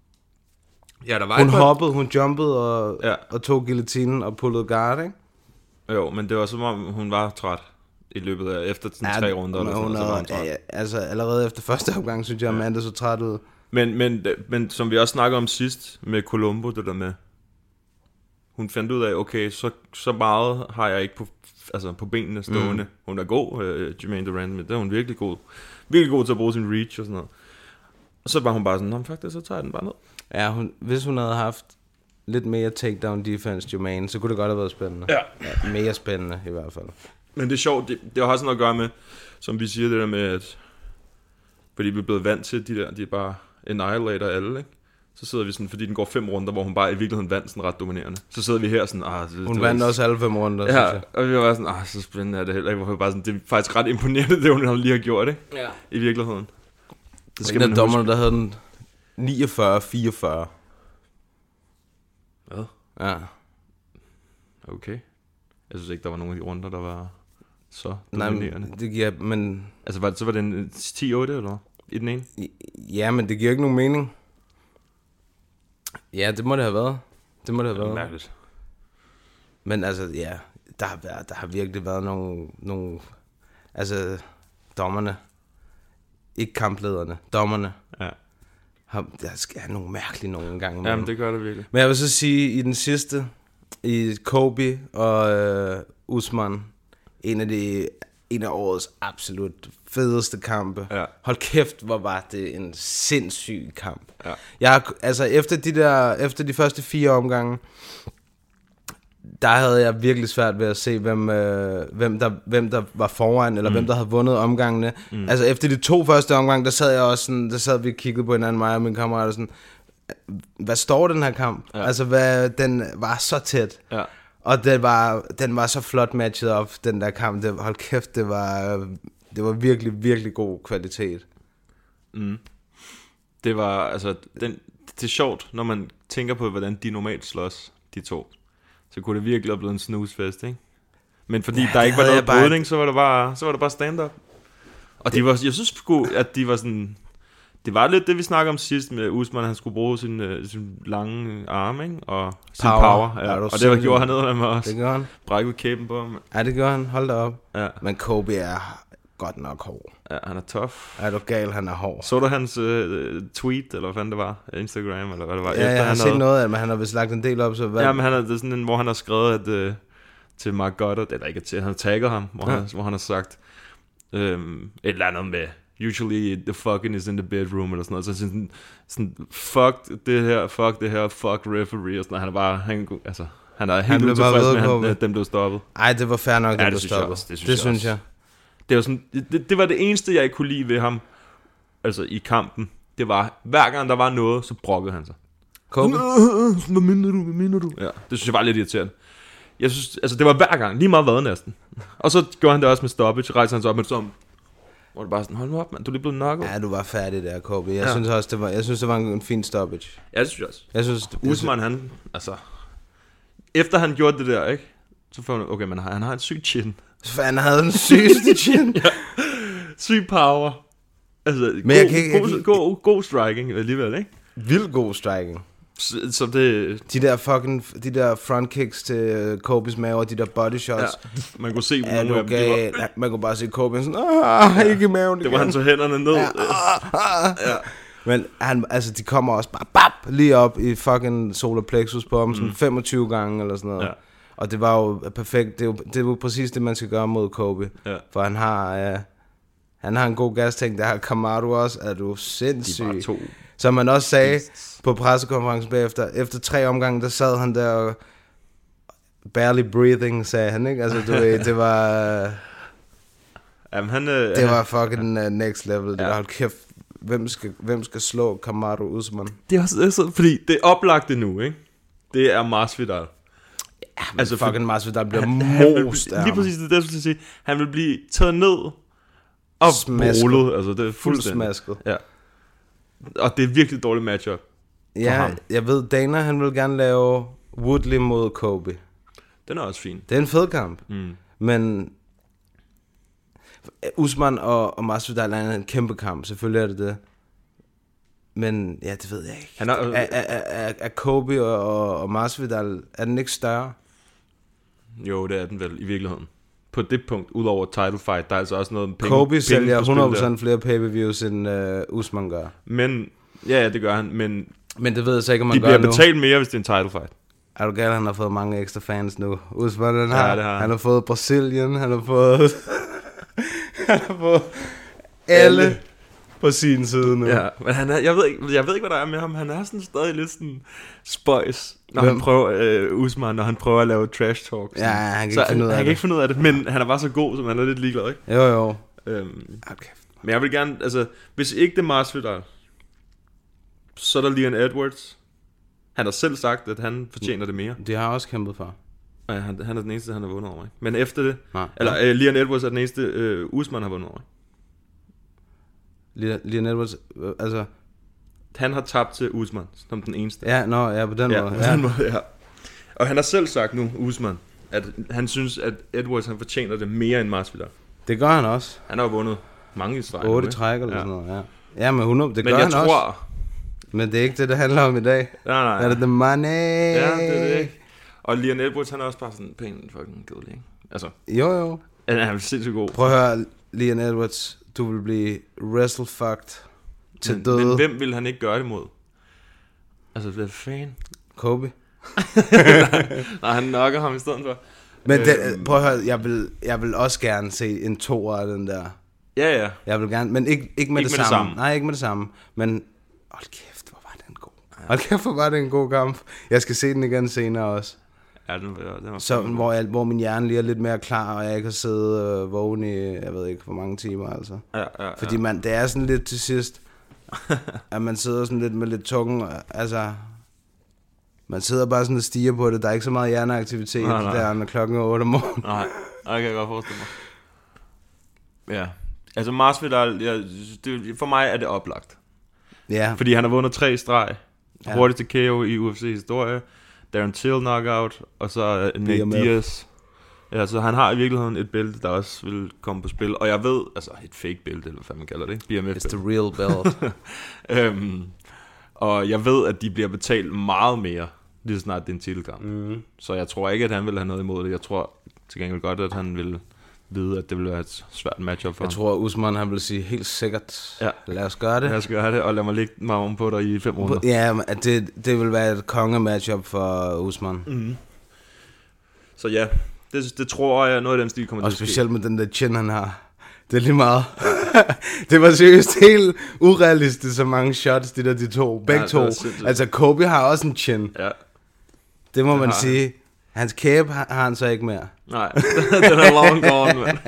Ja, der var hun hoppede, hun jumpede og tog guillotinen og pullede guard, ikke? Jo, men det var som om hun var træt i løbet af efter 3 runder eller sådan noget. Ja, altså allerede efter første omgang synes jeg, Amanda så træt ud. Men som vi også snakkede om sidst med Colombo, det der med, hun fandt ud af, okay, så meget har jeg ikke på benene stående. Hun er god, Jermaine Durant, men det er hun virkelig god. Virkelig god til at bruge sin reach og sådan noget. Og så var hun bare sådan, faktisk, så tager jeg den bare ned. Ja, hvis hun havde haft lidt mere takedown defense, Jermaine, så kunne det godt have været spændende. Ja. Mere spændende i hvert fald. Men det er sjovt, det har også noget at gøre med, som vi siger det der med, at fordi vi er blevet vant til, de er bare annihilator alle, ikke? Så sidder vi sådan, fordi den går 5 runder, hvor hun bare i virkeligheden vandt sådan ret dominerende. Så sidder vi her sådan, hun vandt også alle 5 runder, synes jeg. Og vi var sådan, så spændende er det heller ikke. Hvor bare sådan, det er faktisk ret imponerende, det hun lige har gjort, ikke? Ja. I virkeligheden. Det skal man dommerne, der havde den 49-44. Hvad? Ja. Okay. Jeg synes ikke, der var nogen af de runder, der var så dominerende. Nej, det giver, men... Altså, så var det en 10-8, eller i den ene? Ja, men det giver ikke nogen mening. Ja, det må det have været. Det må det have været. Mærkeligt. Men altså, ja, der har virkelig været nogle altså, dommerne. ikke kamplederne, dommerne. Ja. Der skal have nogle mærkelige nogle gange. Jamen, det gør det virkelig. Men jeg vil så sige, i den sidste, i Kobe og Usman, en af årets absolut fedeste kampe. Ja. Hold kæft, hvor var det en sindssyg kamp. Ja. Efter de første 4 omgange, der havde jeg virkelig svært ved at se, hvem der var foran, eller hvem der havde vundet omgangene. Altså efter de 2 første omgange, der sad jeg også sådan, der sad vi og kiggede på hinanden, mig og min kammerat, og sådan, hvad står den her kamp? Ja. Altså, den var så tæt. Ja. Og den var så flot matchet op, den der kamp. Hold kæft, det var virkelig, virkelig god kvalitet. Det var, altså, det er sjovt, når man tænker på, hvordan de normalt slås, de to. Så kunne det virkelig have blevet en snusfest, ikke? Men fordi der ikke var noget brydning, så var det bare stand-up. Og jeg synes sgu, at de var sådan... Det var lidt det, vi snakkede om sidst med Usman, han skulle bruge sin lange arme, ikke? Og sin power. Ja. Og det gjorde han noget med os. Det gør han. Brække ud kæben på ham. Ja, det gør han. Hold da op. Ja. Men Kobe er godt nok hård. Ja, han er tough. Er du gal, han er hård. Så du hans tweet, eller hvad fanden det var? Instagram, eller hvad det var? Ja, jeg har set noget af, men han har vist lagt en del op. Så ja, men det er sådan en, hvor han har skrevet at, til Mark Goddard, eller ikke til, han har tagget ham, hvor han har sagt et eller andet med... Usually the fucking is in the bedroom eller sådan noget. Så sådan fuck det her, fuck referee og sådan noget. Han er bare, han er helt utilfreds med, at dem blev stoppet. Ej, det var fair nok, at blev stoppet. Det synes jeg. Det var sådan, det var det eneste, jeg ikke kunne lide ved ham, altså i kampen. Det var, hver gang der var noget, så brokkede han sig. Kobe? Hvad mener du? Ja, det synes jeg var lidt irriterende. Jeg synes, altså det var hver gang, lige meget hvad næsten. Og så gjorde han det også med stoppage, rejste han sig op med sådan, hvor det bare sådan, hold nu op, mand, du er lige blevet knocket. Ja, du var færdig der, Kobe. Jeg synes også, det var en fin stoppage. Ja, det synes jeg også. Usman, han, altså, efter han gjorde det der, ikke? Så får han, okay, men han har en syg chin. Han havde den sygeste chin. Ja. Syg power. Altså, men god striking alligevel, ikke? Vildt god striking. Så det... De der front kicks til Kobes mave, de der body shots. Ja, man kunne se man kunne bare se Kobe sådan, ikke i maven. Det var han så hænderne ned. Ja. Men de kommer også bare lige op i fucking solar plexus på ham, sådan 25 gange eller sådan noget. Ja. Og det var jo perfekt. Det er jo præcis det, man skal gøre mod Kobe. Ja. For han har en god gastænk. Der har Kamaru også. Er du sindssyg? Som man også sagde på pressekonferencen bagefter. Efter 3 omgange, der sad han der og barely breathing, sagde han, ikke? Altså, du ved, det var... Jamen, det var fucking next level. Det var, hold kæft, hvem skal slå Kamaru Usman? Det er også fordi det er oplagt nu, ikke? Det er Masvidal. Ja, altså fucking Masvidal bliver most af lige præcis det, jeg skulle sige. Han vil blive taget ned og brolet. Altså, det er fuldt smasket. Ja. Og det er virkelig dårligt matchup for ham. Jeg ved, Dana, han vil gerne lave Woodley mod Kobe. Den er også fin. Det er en fed kamp. Men Usman og Masvidal er en kæmpe kamp. Selvfølgelig er det. Men ja, det ved jeg ikke. Er Kobe og Masvidal, er den ikke større? Jo, det er den vel i virkeligheden. På det punkt, udover title fight, der er altså også noget penge. Kobe sælger 100% flere pay-per-views, end Usman gør. Men, ja, det gør han, men det ved jeg så ikke, om man gør nu. De bliver betalt mere, hvis det er en title fight. Er du galt, han har fået mange ekstra fans nu. Usman, han har fået Brasilien, han har fået alle på sin side nu. Ja, men jeg ved ikke, hvad der er med ham. Han er sådan stadig lidt sådan spøjs, når han prøver Usman, når han prøver at lave trash talk. Ja, han kan ikke finde ud af det, men han er bare så god, som han er lidt ligeglad, ikke? Jo. Okay. Men jeg vil gerne, altså, hvis ikke det er Masvidal, så er der Leon Edwards. Han har selv sagt, at han fortjener det mere. De har også kæmpet for. Ja, han er den eneste, han har vundet over, ikke? Men efter det, Leon Edwards er den eneste, Usman har vundet over, ikke? Leon Edwards, altså... Han har tabt til Usman, som den eneste. Ja, på den måde. På den måde, ja. Og han har selv sagt nu, Usman, at han synes, at Edwards han fortjener det mere end Masvidal. Det gør han også. Han har jo vundet mange strejk. 8 træk eller sådan noget, ja. Ja, men 100, det gør han også. Men det er ikke det handler om i dag. Nej. Er det the money? Ja, det er det ikke. Og Leon Edwards, han er også bare sådan pænt fucking kedelig, ikke? Altså. Jo. Han er sindssygt god. Prøv at høre, Leon Edwards, du vil blive wrestlefucked til døde. Men hvem vil han ikke gøre det mod? Altså, hvad fanden? Kobe. Nej, han knocker ham i stedet for. Men prøv at høre, jeg vil også gerne se en 2'er af den der. Ja. Jeg vil gerne, men ikke med det samme. Nej, ikke med det samme. Men hold kæft, hvor var den god. Hold kæft, hvor var det en god kamp. Jeg skal se den igen senere også. Ja, den var så, hvor min hjerne lige er lidt mere klar, og jeg ikke har siddet vågen i, jeg ved ikke, hvor mange timer, altså. Ja. Fordi det er sådan lidt til sidst, at man sidder sådan lidt med lidt tungen, altså. Man sidder bare sådan og stiger på det. Der er ikke så meget hjerneaktivitet der, når klokken er 8 om morgenen. Nej, det kan jeg godt forestille mig. Ja, altså Masvidal, for mig er det oplagt. Ja. Fordi han har vundet 3 streg. Hurtigt til KO i UFC-historie. Darren Till knockout, og så Nick Diaz. Ja, så han har i virkeligheden et bælte, der også vil komme på spil. Og jeg ved, altså et fake bælte, eller hvad man kalder det, BMF. It's the real belt. Og jeg ved, at de bliver betalt meget mere, lige så snart det er en titelkamp. Så jeg tror ikke, at han vil have noget imod det. Jeg tror til gengæld godt, at han vil vide, at det vil være et svært matchup for ham. Jeg tror, Usman han vil sige helt sikkert, lad os gøre det. Lad os gøre det, og lad mig ligge mig om på dig i 5 runder. Ja, det vil være et konge-matchup for Usman. Så ja, det tror jeg, noget af den stil kommer til at ske. Og specielt med den der chin, han har. Det er lige meget. Det var seriøst helt urealistisk, så mange shots, de to. Begge to. Altså, Kobe har også en chin. Ja. Det må man sige. Hans kæbe har han så ikke mere. Nej, den er long gone, man.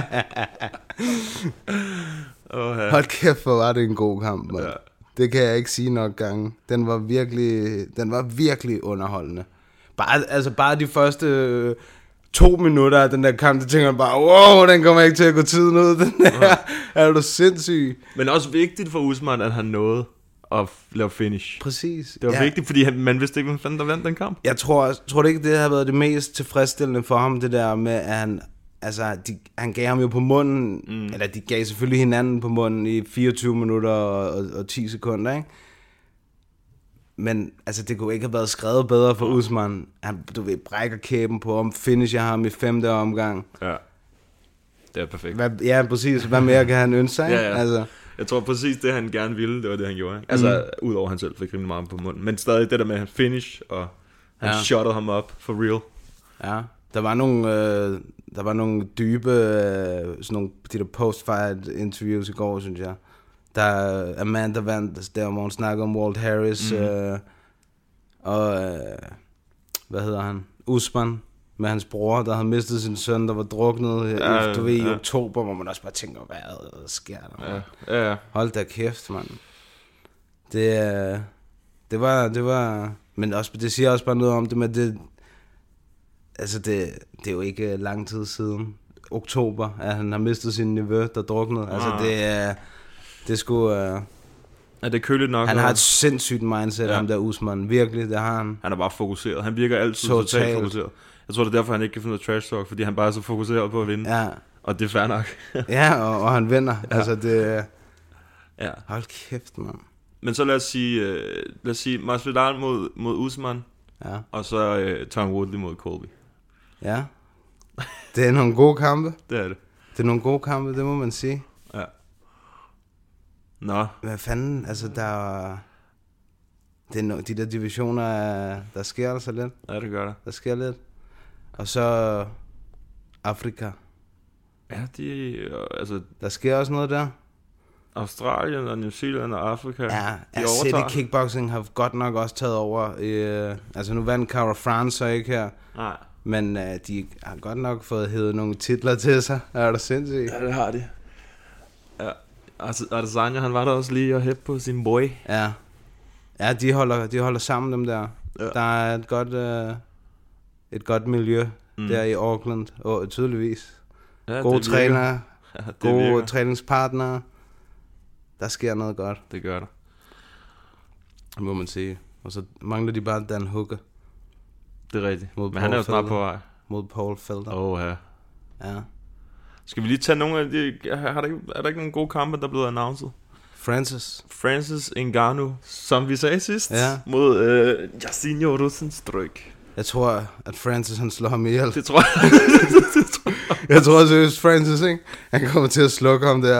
Hold kæft, hvor var det en god kamp, man. Ja. Det kan jeg ikke sige nok gange. Den var virkelig underholdende. Bare de første 2 minutter af den der kamp, der tænker man bare, wow, den kommer ikke til at gå tiden ud, den der. Er du sindssyg? Men også vigtigt for Usman, at han nåede at lave finish. Præcis. Det var vigtigt, fordi man vidste ikke, hvem fanden der vandt den kamp. Jeg tror det ikke, det har været det mest tilfredsstillende for ham, det der med, at han gav ham jo på munden, eller de gav selvfølgelig hinanden på munden i 24 minutter og 10 sekunder, ikke? Men altså, det kunne ikke have været skrevet bedre for Usman. Han, brækker kæben på ham, finisher ham i 5. omgang. Ja, det er perfekt. Ja, præcis. Hvad mere kan han ønske sig? Ja. Altså. Jeg tror præcis det, han gerne ville, det var det, han gjorde. Altså, udover han selv fik rimelig meget på munden. Men stadig det der med, han finish, og han shottede ham op for real. Ja, der var nogle dybe, sådan nogle de der post-fight interviews i går, synes jeg. Der Amanda vandt, der hvor hun snakker om Walt Harris, og hvad hedder han? Usman, med hans bror, der havde mistet sin søn, der var druknet i oktober, hvor man også bare tænker, hvad sker der? Ja. Hold da kæft, mand. Det var, men også, det siger også bare noget om det med det. Altså det er jo ikke lang tid siden oktober, at han har mistet sin nevø, der druknede. Altså det skulle. Er det køligt nok? Han har et sindssygt mindset, ham der Usman. Virkelig, det har han. Han er bare fokuseret. Han virker altid totalt fokuseret. Jeg tror, det er derfor, han ikke kan finde noget trash talk, fordi han bare er så fokuseret på at vinde. Ja. Og det er fair nok. Ja, og han vinder. Ja. Altså det. Ja. Hold kæft, mand. Men så lad os sige Masvidal mod Usman. Ja. Og så Tom Woodley mod Colby. Ja. Det er nogle gode kampe. Det er det. Det er nogle gode kampe, det må man sige. Ja. Nå. Hvad fanden, altså det er de der divisioner, der sker altså lidt. Ja, det gør der. Der sker lidt. Og så Afrika. Ja, altså. Der sker også noget der. Australien og New Zealand og Afrika. Ja, City Kickboxing har godt nok også taget over. Altså nu vandt Cara France så ikke her. Nej. Men de har godt nok fået hævet nogle titler til sig. Er det sindssygt? Ja, det har de. Ja. Altså, Adesanya, han var der også lige og hæppe på sin boy. Ja. Ja, de holder sammen dem der. Ja. Der er et godt miljø der i Auckland, og tydeligvis. Ja, gode trænere, gode træningspartnere. Der sker noget godt. Det gør der. Må man sige. Og så mangler de bare Dan Hooker. Det er rigtigt. Men han er jo snart på vej. Mod Paul Felder. Ja. Ja. Skal vi lige tage nogle af de... Er der ikke nogen gode kampe, der er blevet announced? Francis Ngannou, som vi sagde sidst, mod Jairzinho Rozenstruik. Jeg tror, at Francis han slår ham ihjel. Det tror jeg. Jeg tror seriøst, Francis, ikke? Han kommer til at slukke ham der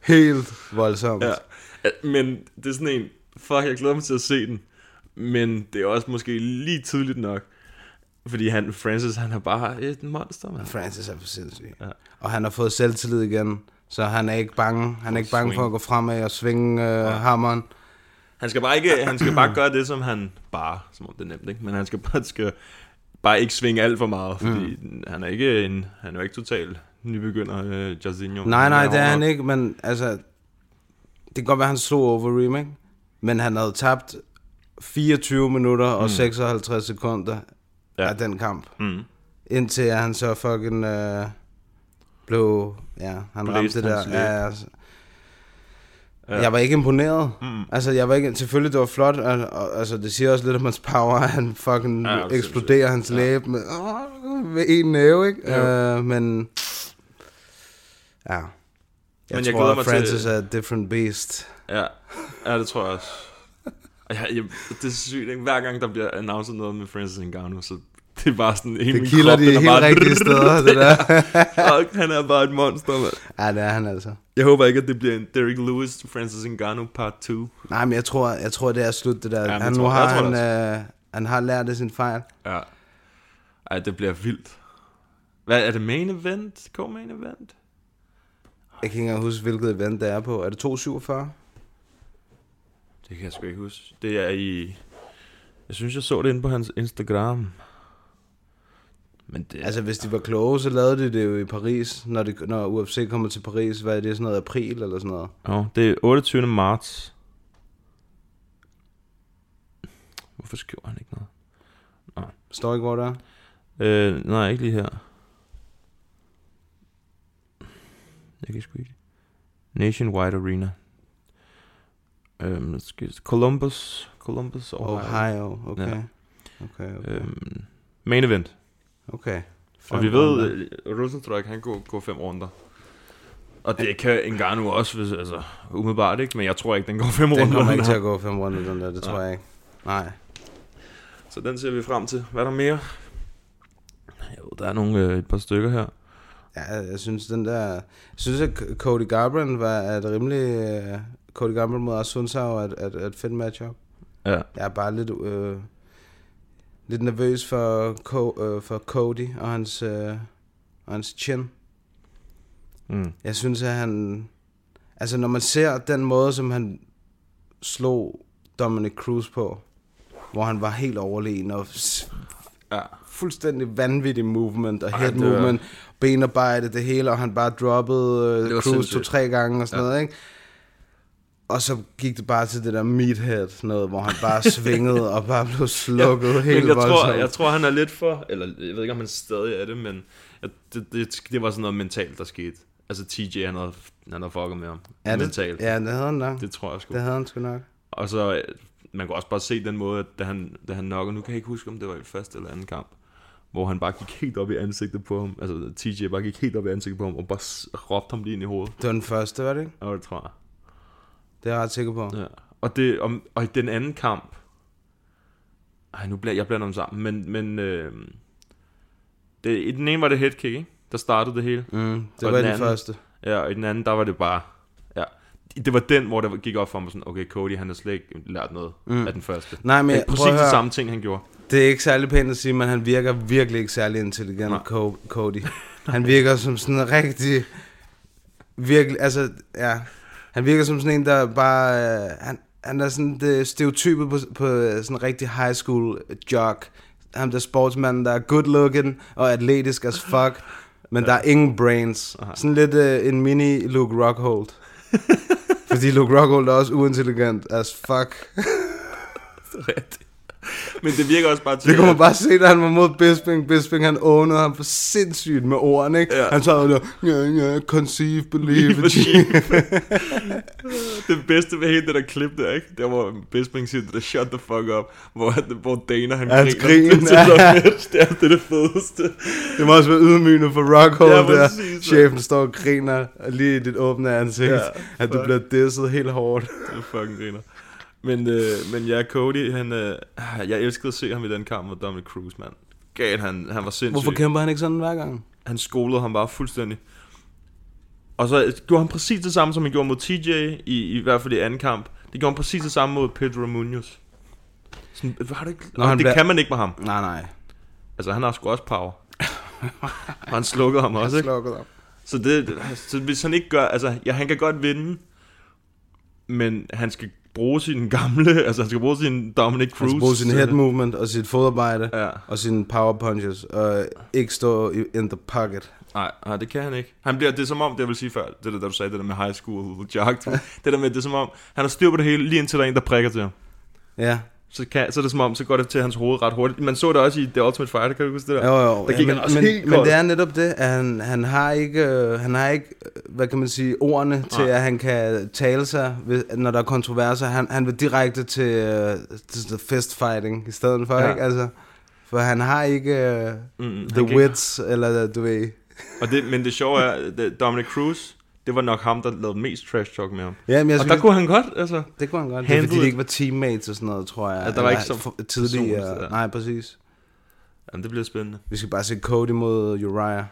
helt voldsomt. Ja. Men det er sådan en, fuck, jeg glæder mig til at se den. Men det er også måske lige tidligt nok. Fordi Francis, han er bare et monster, man. Francis er for sindssyg. Ja. Og han har fået selvtillid igen. Så han er ikke bange. Han er ikke bange for at gå fremad og svinge hammeren. Han skal bare gøre det, som han bare, som om det er nemt, ikke? Men han skal bare ikke svinge alt for meget, fordi han er jo ikke total nybegynder, Jairzinho. Nej, det er han ikke, men altså, det kan godt være, han slog Overeem, ikke? Men han havde tabt 24 minutter og 56 sekunder af den kamp. Indtil han så fucking blev, han ramte det der. Jeg var ikke imponeret. Altså, selvfølgelig det var flot, og altså, det siger også lidt om hans power, han fucking eksploderer hans læbe med en næve, ikke? Men jeg tror, at Francis er a different beast. Ja, det tror jeg også. Det er sygt, ikke? Hver gang der bliver announced noget med Francis Ngannou, så det er bare sådan det kilder de helt rigtige steder, det der. Han er bare et monster, mand. Ja, det er han altså. Jeg håber ikke, at det bliver en Derrick Lewis til Francis Ngannou part 2. Nej, men jeg tror det er slut, det der. Han har lært af sin fejl. Ja. Ej, det bliver vildt. Hvad er det, main event? Co-main event? Jeg kan ikke engang huske, hvilket event det er på. Er det 247? Det kan jeg sgu ikke huske. Det er i... Jeg synes, jeg så det inde på hans Instagram. Men det... Altså, hvis de var kloge, så lavede de det jo i Paris, når UFC kommer til Paris. Hvad er det, sådan noget april eller sådan noget? Ja, det er 28. marts. Hvorfor skriver han ikke noget? Nå. Står ikke, hvor det er? Nej, ikke lige her. Jeg kan sgu ikke. Nationwide Arena. Columbus, Ohio. Okay. Ja. Okay. Main event. Okay. Og vi ved, Rosenstruck, han går 5 runder. Og det kan Ngannou også, hvis, altså umiddelbart ikke, men jeg tror ikke, den går 5 runder. Den kommer ikke til at gå 5 runder, den der, det tror jeg ikke. Nej. Så den ser vi frem til. Hvad er der mere? Jo, der er et par stykker her. Ja, jeg synes at Cody Garbrandt var et rimelig... Cody Garbrandt mod Assunção er et fedt matchup. Ja. Jeg er bare lidt nervøs for Cody og hans chin. Jeg synes, at han... Altså, når man ser den måde, som han slog Dominic Cruz på, hvor han var helt overlegen og fuldstændig vanvittig movement og head movement, benarbejde, det hele, og han bare droppede Cruz 2-3 gange og sådan noget, ikke? Og så gik det bare til det der meathead noget, hvor han bare svingede og bare blev slukket helt voldsomt. Jeg tror, han er lidt for... Eller jeg ved ikke, om han stadig er det, men det var sådan noget mentalt, der skete. Altså TJ, han havde fucket med ham. Mentalt. Ja, det havde han nok. Det tror jeg sgu. Det havde han sgu nok. Og så... Man kunne også bare se den måde, at da han knocker... Nu kan jeg ikke huske, om det var i første eller anden kamp, hvor han bare gik helt op i ansigtet på ham. Altså TJ bare gik helt op i ansigtet på ham og bare råbte ham lige ind i hovedet. Det var den første, var det ikke? Ja, det tror jeg. Det er jeg ret sikker på. Ja. Og i den anden kamp... jeg blander dem sammen, men i den ene var det headkick, ikke? Der startede det hele. Det var den første. Ja, og i den anden, der var det bare... Ja, det var den, hvor der gik op for mig sådan, okay, Cody, han har slet ikke lært noget af den første. Nej, men det er præcis det samme ting, han gjorde. Det er ikke særlig pænt at sige, men han virker virkelig ikke særlig intelligent, Cody. Han virker som sådan en rigtig... Virkelig, altså, ja... Han virker som sådan en, der bare... Han er sådan det stereotype på sådan en rigtig high school jock. Han der sportsmanden, der er good looking og atletisk as fuck, men der er ingen brains. Sådan lidt en mini Luke Rockhold. Fordi Luke Rockhold er også uintelligent as fuck. Men det virker også bare til... Det kunne man bare se, da han var mod Bisping. Bisping, han ownede ham for sindssygt med ordene, ikke? Ja. Han sagde der, conceive, believe, achieve. Det bedste ved hele det der klip der, ikke? Der hvor Bisping siger, der shut the fuck up, hvor Dana, han griner. Det er det fedeste. Det må også være ydmygende for Rockhold, der. Chefen står og griner lige i dit åbne ansigt, at du bliver disset helt hårdt. Det er fucking griner. Men ja, Cody, jeg elskede at se ham i den kamp mod Dominic Cruz, mand. Han var sindssyg. Hvorfor kæmper han ikke sådan hver gang? Han skolede ham bare fuldstændig. Og så gjorde han præcis det samme, som han gjorde mod TJ, i hvert fald i anden kamp. Det gjorde han præcis det samme mod Pedro Munoz. Sådan, det kan man ikke med ham. Nej. Altså, han har sgu også power. Og han slukkede ham også, ikke? Så hvis han ikke gør... Altså, ja, han kan godt vinde, men han skal bruge sin gamle... Altså, han skal bruge sin Dominic Cruz. Han skal bruge sin head movement og sit fodarbejde, og sine power punches, og ikke stå in the pocket. Nej, det kan han ikke. Det er som om, det jeg vil sige før, det der du sagde, det der med high school jog, det der med, det er som om, han har styr på det hele, lige indtil der er en, der prikker til ham. Ja. Så er det som om, så går det til hans hoved ret hurtigt. Man så det også i The Ultimate Fighter, kan du huske det der? Jo. Der gik han også helt men det er netop det, at han har ikke, hvad kan man sige, ordene til, at han kan tale sig, når der er kontroverser. Han vil direkte til fist fighting i stedet for, ikke? Altså, for han har ikke the wits, eller du ved... Men det sjove er, Dominic Cruz, det var nok ham, der lavede mest trash talk med ham. Ja, men og der kunne han godt, altså... Det kunne han godt. Det er fordi, de ikke var teammates og sådan noget, tror jeg. Ja, der var ikke så tidligere. Nej, præcis. Jamen, det bliver spændende. Vi skal bare se Cody mod Uriah.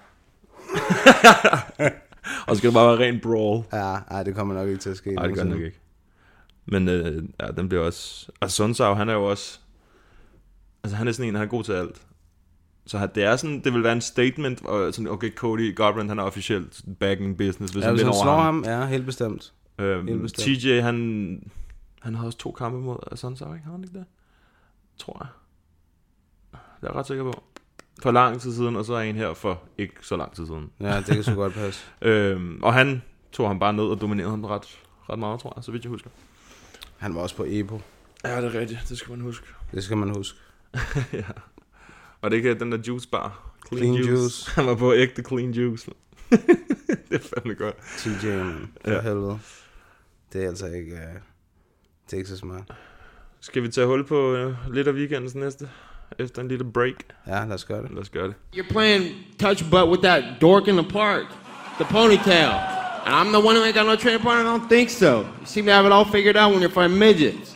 Og så skal det bare være ren brawl. Ja, det kommer nok ikke til at ske. Nej, det gør nok ikke. Men den bliver også... Altså, Sundsau, han er jo også... Altså, han er sådan en, han er god til alt. Så det er sådan, det vil være en statement, og sådan, okay, Cody Garbrandt, han er officielt back in business, hvis han vinder over ham. Ja, helt bestemt. TJ, han havde også 2 kampe mod Sundsau, ikke? Har han ikke det? Tror jeg. Det er jeg ret sikker på. For lang tid siden, og så er en her for ikke så lang tid siden. Ja, det kan så godt passe. Og han tog ham bare ned og dominerede ham ret meget, tror jeg, så vidt jeg husker. Han var også på EPO. Ja, det er rigtigt, det skal man huske. Ja. Og det er ikke den der juice bar. Clean juice. Han var på ægte clean juice. Det er fandme godt. TJ, for helvede. Det er altså ikke... det er ikke så smart. Skal vi tage hul på lidt af weekendens næste? Efter en lille break. Ja, lad os gøre det. You're playing touch butt with that dork in the park. The ponytail. And I'm the one who ain't got no training partner? I don't think so. You seem to have it all figured out when you're fighting midgets.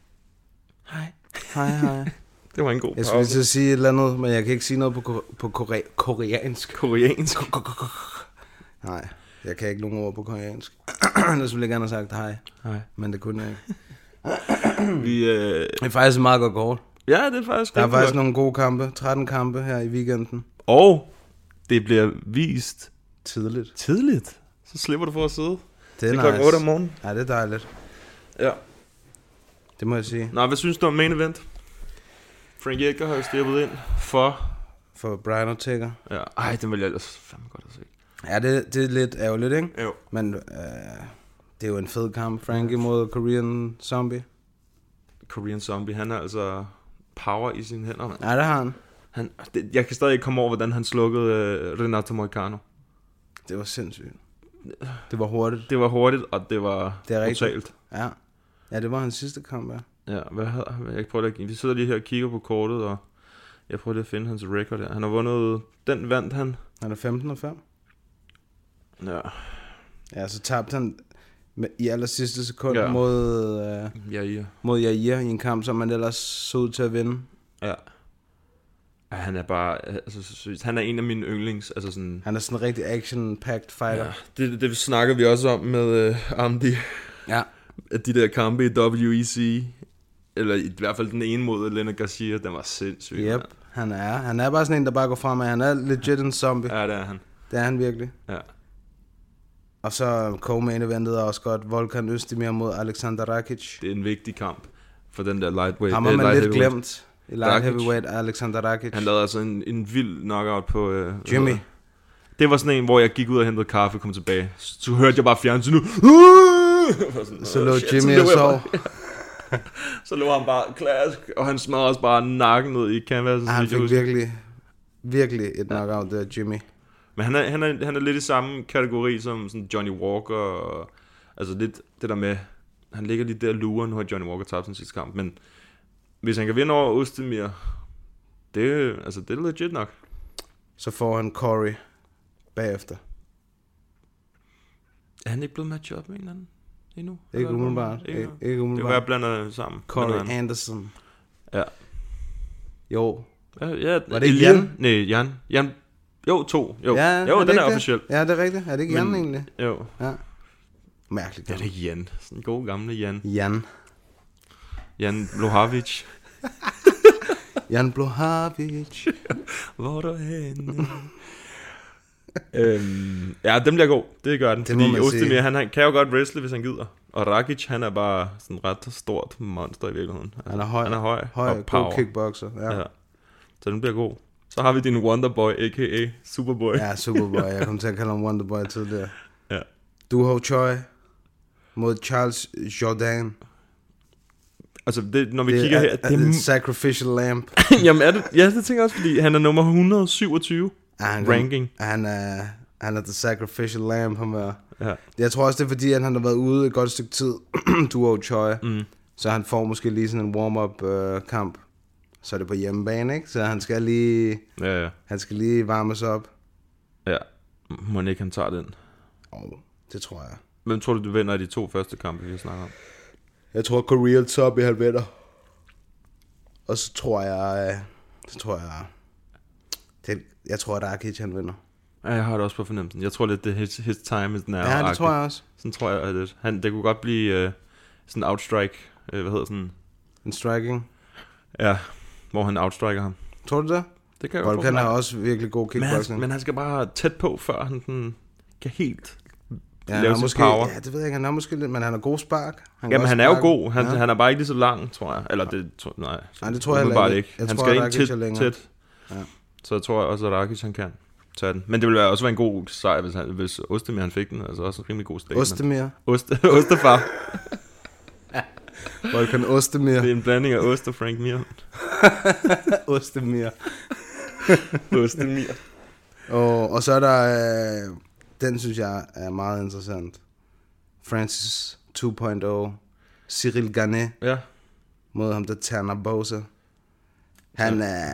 Hej. Det var en god pause. Jeg skulle til sige et eller andet, men jeg kan ikke sige noget på koreansk. Koreansk? Nej, jeg kan ikke nogen ord på koreansk. Ellers ville jeg gerne have sagt hej. Men det kunne jeg ikke. Det er faktisk meget godt kort. Ja, det er faktisk. Der er faktisk nogle gode kampe. 13 kampe her i weekenden. Og det bliver vist tidligt. Så slipper du for at sidde. Det er nice. Klokken 8 om morgenen. Ja, det er dejligt. Ja. Det må jeg sige. Nå, hvad synes du om main event? Frank Edgar har jo steppet ind for Brian Ortega. Ja, ej, den vil jeg ellers fandme godt at se. Ja, det er lidt ærgerligt, ikke? Jo. Men det er jo en fed kamp. Frankie mod Korean Zombie. Korean Zombie, han har altså power i sine hænder, man. Ja, det har han. Jeg kan stadig ikke komme over, hvordan han slukkede Renato Moicano. Det var sindssygt. Det var hurtigt. Og det var brutalt. Ja, det var hans sidste kamp, ja. Ja, jeg prøver at... Vi sidder lige her og kigger på kortet, og jeg prøver lige at finde hans record her. Han har vundet... Den vandt han. Han er 15-5. Ja. Ja, så tabte han i aller sidste sekund mod Jair i en kamp, som man ellers så ud til at vinde. Ja. Han er bare... Altså, han er en af mine yndlings. Altså sådan, han er sådan en rigtig action-packed fighter. Ja, det snakker vi også om med Amdi. Ja. At de der kampe i WEC, eller i hvert fald den ene mod Leonard Garcia, den var sindssyg. Yep, han er bare sådan en, der bare går frem, han er legit en zombie. Ja, det er han. Det er han virkelig. Ja. Og så co-main eventet også godt, Volkan Özdemir mod Alexander Rakic. Det er en vigtig kamp for den der lightweight. Ham har man lidt glemt i light heavyweight, Alexander Rakic. Han lavede altså en vild knockout på... Jimmy. Det var sådan en, hvor jeg gik ud og hentede kaffe og kom tilbage. Så hørte jeg bare fjernsynet. Så lå Jimmy og sov. Så lå han bare klask, og han smadrede også bare nakken ud i canvas. Han fik virkelig et knockout der, Jimmy. Men han er lidt i samme kategori som sådan Johnny Walker. Og, altså lidt det der med, han ligger lige der og lurer. Nu har Johnny Walker tabt sin sidste kamp. Men hvis han kan vinde over Özdemir, det er legit nok. Så får han Corey bagefter. Er han ikke blevet matchet op med en eller anden endnu? Ikke umiddelbart. Det var jeg blander sammen. Corey Anderson. Ja. Jo. Ja, var det ikke Jan? Nej, Jan Jo, 2. Jo, Ja, jo den er officiel. Ja, det er rigtigt. Er det ikke Jan egentlig? Jo. Ja. Mærkeligt. Ja, det er Jan. Sådan en god gamle Jan. Jan Blachowicz. Jan Blachowicz. Hvor er du henne? Ja, den bliver god. Det gør den. Det fordi Ozdemir, han kan jo godt wrestle, hvis han gider. Og Rakic, han er bare sådan ret stort monster i virkeligheden. Han er høj. Han er høj og god kickboxer. Ja. Så den bliver god. Så har vi din Wonderboy, a.k.a. Superboy. Ja, Superboy. Jeg kom til at kalde ham Wonderboy tidligere. Ja. Doo Ho Choi mod Charles Jourdain. Altså, når vi kigger her... Det er Sacrificial Lamb. Jamen, er det... Ja, det tænker jeg også, fordi han er nummer 127 ranking. Han er the Sacrificial Lamb, ham er. Ja. Jeg tror også, det er fordi, at han har været ude et godt stykke tid, Doo Ho Choi. Så han får måske lige sådan en warm-up kamp. Så er det på hjemmebane, ikke? Så han skal lige... Ja. Han skal lige varmes op. Ja. Må ikke han tager den? Det tror jeg. Hvem tror du vinder i de 2 første kampe, vi snakker om? Jeg tror, Korean Zombie, han vinder. Og så tror jeg... Jeg tror, at Rakic, han vinder. Ja, jeg har det også på fornemmelsen. Jeg tror lidt, det er his time is now. Ja, det tror jeg også. Sådan tror jeg, at det kunne godt blive sådan en outstrike. Hvad hedder sådan? En striking? Ja, hvor han outstriker ham. Tror du det? Det kan jeg godt. Han har også virkelig god kickboxing. Men han skal bare tæt på, før han kan helt lave sin måske, power. Ja, det ved jeg ikke. Han er måske lidt, men han har god spark. Jamen, han er jo god. Han er bare ikke lige så lang, tror jeg. Eller det, nej, det tror jeg heller ikke. Han skal ind tæt. Ja. Så jeg tror også, at Rakic han kan tage den. Men det ville også være en god sejr, hvis Ozdemir han fik den. Altså også en rimelig god statement. Ozdemir. Ostefar. Volkan Ozdemir. Det er en blanding af Ost og Frank Mir. Ozdemir. Ozdemir. Og så er der... den synes jeg er meget interessant. Francis 2.0. Cyril Gane. Ja. Mod ham, der Tanner Bowser. Han er...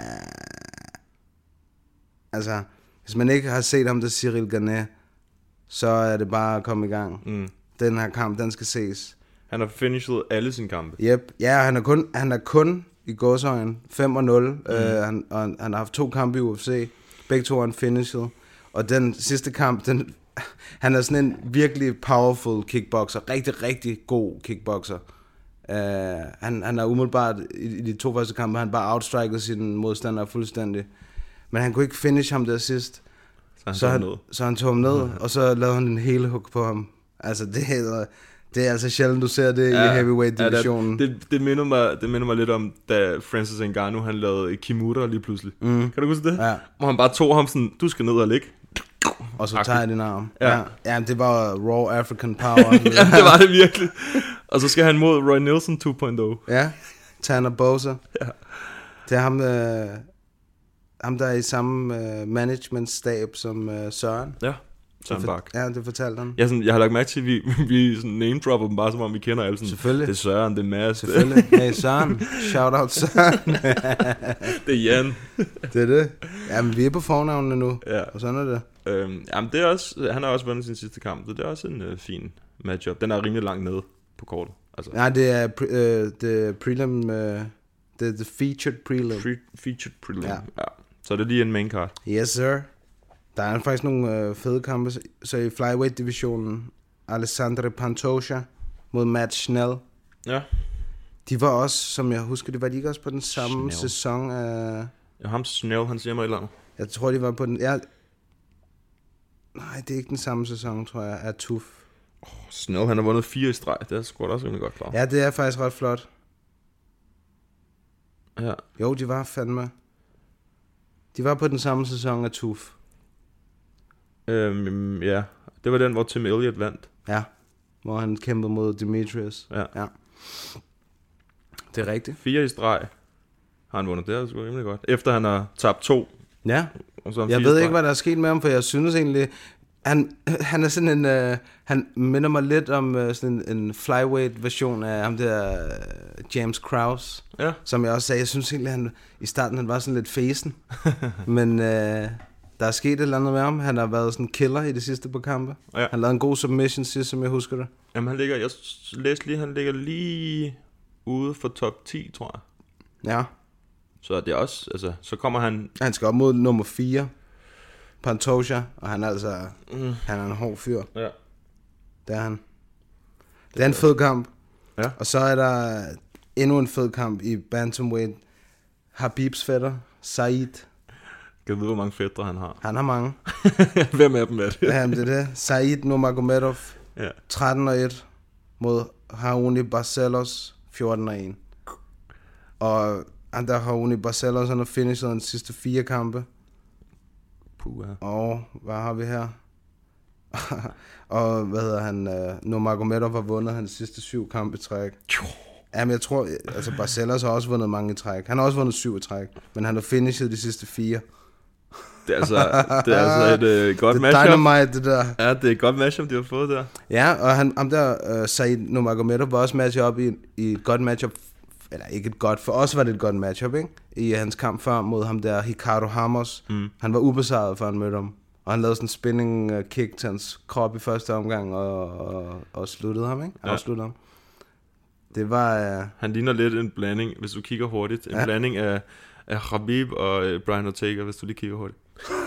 Altså, hvis man ikke har set ham, der Cyril Gane, så er det bare at komme i gang. Den her kamp, den skal ses. Han har finished alle sine kampe. Yep. Ja, han er kun i gåsøjen 5-0. Han har haft 2 kampe i UFC. Begge 2 er han finished. Og den sidste kamp, han er sådan en virkelig powerful kickboxer. Rigtig, rigtig god kickboxer. Han er umiddelbart i de 2 første kampe, han bare outstriket sin modstander fuldstændig. Men han kunne ikke finish ham der sidst. Så han tog ham ned, og så lavede han en hele hook på ham. Altså, det er altså sjældent, du ser det i heavyweight-divisionen. Det minder mig lidt om, da Francis Ngannou, han lavede Kimura lige pludselig. Kan du huske det? Ja. Hvor han bare tog ham sådan, du skal ned og ligge. Og så tager jeg din arm. Ja. Ja, det var raw African power. Ja, det var det virkelig. Og så skal han mod Roy Nelson 2.0. Ja, Tanner Bowser. Ja. Det er ham der er i samme management-stab som Søren. Ja, Søren Bak. Ja, det fortalte han. Jeg har lagt mærke til, at vi sådan name-dropper dem bare, som om vi kender alle sådan. Selvfølgelig. Det er Søren, det er Mads. Selvfølgelig. Hey Søren. Shout out Søren. Det er Jan. Det er det. Jamen, vi er på fornavnene nu. Ja. Og sådan er det. Jamen, det er også, han har også vundet sin sidste kamp, så det er også en fin matchup. Den er rimelig langt nede på kortet. Altså. Nej, det er det prelim... det er the featured prelim. Featured prelim, ja. Så det er lige en main card. Yes, sir. Der er faktisk nogle fede kampe. Så i flyweight-divisionen, Alessandro Pantoja mod Matt Schnell. Ja. De var også, som jeg husker, de ikke også på den samme sæson af... Ja, ham Schnell, han siger mig et eller andet. Jeg tror, de var på den... Nej, det er ikke den samme sæson, tror jeg, af TUF. Schnell, han har vundet 4 i streg. Det er sgu da også rimelig godt klar. Ja, det er faktisk ret flot. Ja. Jo, de var fandme... De var på den samme sæson af TUF. Ja, det var den, hvor Tim Elliott vandt. Ja, hvor han kæmpede mod Demetrius. Ja. Det er rigtigt. 4 i streg har han vundet. Det er sgu rimelig godt. Efter han har tabt 2. Ja, og så jeg ved ikke, hvad der er sket med ham, for jeg synes egentlig... Han er sådan en... han minder mig lidt om sådan en flyweight version af ham der James Krause. Ja. Som jeg også sagde, jeg synes egentlig, han i starten han var sådan lidt fesen. Men der er sket et eller andet med ham. Han har været sådan en killer i det sidste på kampe. Ja. Han lavede en god submission sidst, som jeg husker det. Jamen jeg læste lige, han ligger lige ude for top 10, tror jeg. Ja. Så det er også, altså, så kommer han... Han skal op mod nummer 4. Pantoja, og han er altså han er en hård fyr. Ja. Det er han. Det er en fed kamp. Ja. Og så er der endnu en fed kamp i bantamweight. Habibs fætter, Said. Kan du vide, hvor mange fætre han har? Han har mange. Hvem af dem er det? Ja, det er det. Said Nurmagomedov, Ja. 13-1 mod Raoni Barcelos, 14-1. Og han der Raoni Barcelos, han har finishet de sidste 4 kampe. Puh, ja. Og hvad har vi her? Og hvad hedder han? Nurmagomedov har vundet hans sidste 7 kampe i træk. Jamen jeg tror, altså Barcelos har også vundet mange i træk. Han har også vundet 7 i træk, men han har finishet de sidste 4. Det er altså et godt det matchup. Dynamite, det der. Ja, det er et godt matchup, de har fået der. Ja, og ham der, Said Nurmagomedov var også matchet op i et godt matchup. Eller ikke et godt, for os var det et godt matchup, ikke? I hans kamp før mod ham der, Ricardo Ramos. Han var ubesejret, før han mødte ham. Og han lavede sådan en spinning kick til hans krop i første omgang, og sluttede ham, ikke? Afsluttede ham. Det var... Han ligner lidt en blanding, hvis du kigger hurtigt. En blanding af Khabib og Brian Ortega, hvis du lige kigger hurtigt.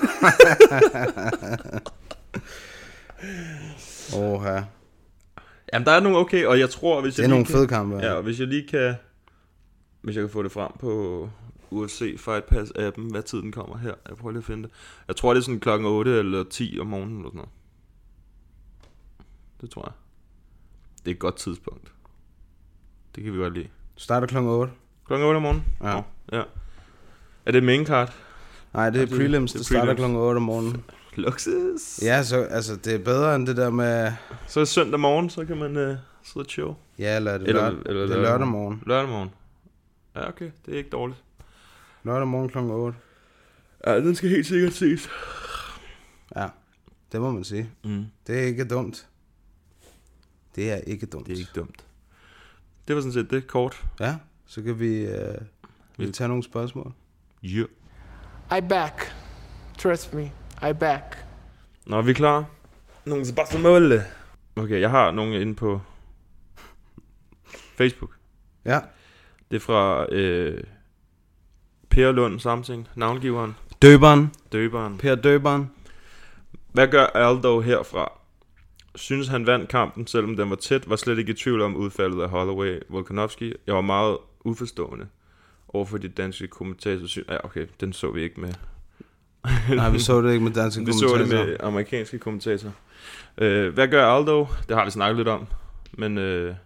Oha. Jamen, der er nogle okay, og jeg tror, hvis det jeg er nogle kan, fede kampe. Ja, og hvis jeg lige kan... Hvis jeg kan få det frem på UFC Fight Pass appen, hvad tid den kommer her. Jeg prøver lige at finde det. Jeg tror, det er sådan klokken 8 eller 10 om morgenen eller sådan noget. Det tror jeg. Det er et godt tidspunkt. Det kan vi godt lide. Starter klokken 8. Klokken 8 om morgenen? Ja. Ja. Er det main card? Nej, det er prelims. Det starter klokken 8 om morgenen. Luksus. Ja, så altså, det er bedre end det der med... Så er søndag morgen, så kan man sidde og chill. Ja, eller det eller det er lørdag morgen. Lørdag morgen. Ja, okay. Det er ikke dårligt. Lørdag morgen klokken 8. Ja, den skal helt sikkert ses. Ja, det må man sige. Det er ikke dumt. Det er ikke dumt. Det er ikke dumt. Det var sådan set det kort. Ja, så kan vi tage nogle spørgsmål. Yeah. I back. Trust me, I back. Nå, er vi klar? Nogle spørgsmål. Okay, jeg har nogle inde på Facebook. Ja. Det er fra Per Lund Samsing, navngiveren. Døberen. Per Døberen. Hvad gør Aldo herfra? Synes han vandt kampen, selvom den var tæt, var slet ikke i tvivl om udfaldet af Holloway Volkanovski. Jeg var meget uforstående overfor de danske kommentatorer. Ja, okay, den så vi ikke med. Nej, vi så det ikke med danske kommentatorer. Vi så det med amerikanske kommentatorer. Hvad gør Aldo? Det har vi snakket lidt om. Men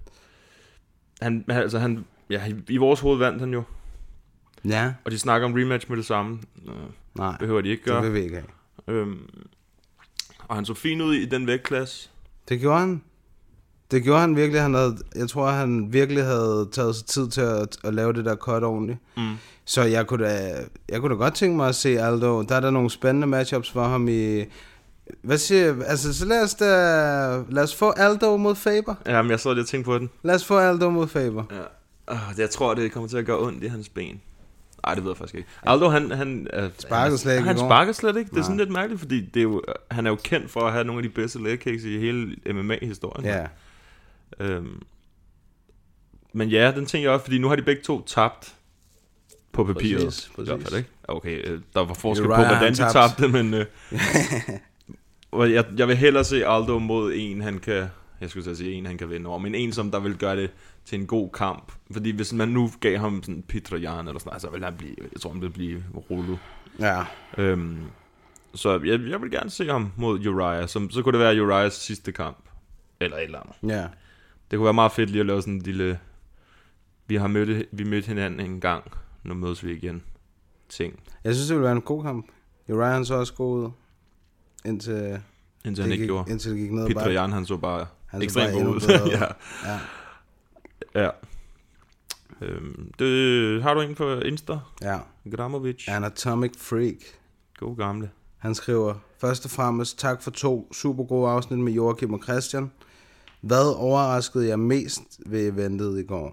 han i vores hoved vandt han jo. Ja. Og de snakker om rematch med det samme. Nej, behøver de ikke gøre. Det vil vi ikke have. Og han så fin ud i den vægtklasse. Det gjorde han. Det gjorde han virkelig. Jeg tror, han virkelig havde taget sig tid til at lave det der cut ordentligt. Så jeg kunne da godt tænke mig at se Aldo. Der er der nogle spændende matchups for ham i... Hvad siger... Altså, så lad os få Aldo mod Faber. Ja, men jeg så lige tænkt på den. Lad os få Aldo mod Faber. Ja. Jeg tror, det kommer til at gøre ondt i hans ben. Nej, det ved jeg faktisk ikke. Aldo, han sparkede slet ikke. Han sparker slet ikke. Det er sådan lidt mærkeligt, fordi det er jo, han er jo kendt for at have nogle af de bedste leg kicks i hele MMA-historien. Ja. Men ja, den tænker jeg også, fordi nu har de begge to tabt på papiret. Præcis. Ikke? Okay, der var forskel på, hvordan de tabte, men jeg vil hellere se Aldo mod en, han kan... Jeg skulle sige en, han kan vinde over, men en, som der vil gøre det til en god kamp. Fordi hvis man nu gav ham sådan Petr Yan eller sådan noget, så vil han blive... Jeg tror, han vil blive rullet. Ja. Så jeg vil gerne se ham mod Uriah. Så kunne det være Uriahs sidste kamp. Eller et eller andet. Ja. Det kunne være meget fedt lige at lave sådan en lille... Vi mødte hinanden en gang. Nu mødes vi igen. Ting. Jeg synes, det ville være en god kamp. Uriah han så også god ud. Indtil han ikke gjorde. Indtil det gik ned. Petr Yan, han så bare ekstremt god ud. Ja. Har du en på Insta? Ja. Gramovic. Anatomic Freak. God gamle. Han skriver, først og fremmest tak for 2 super gode afsnit med Joachim og Christian. Hvad overraskede jeg mest ved eventet i går?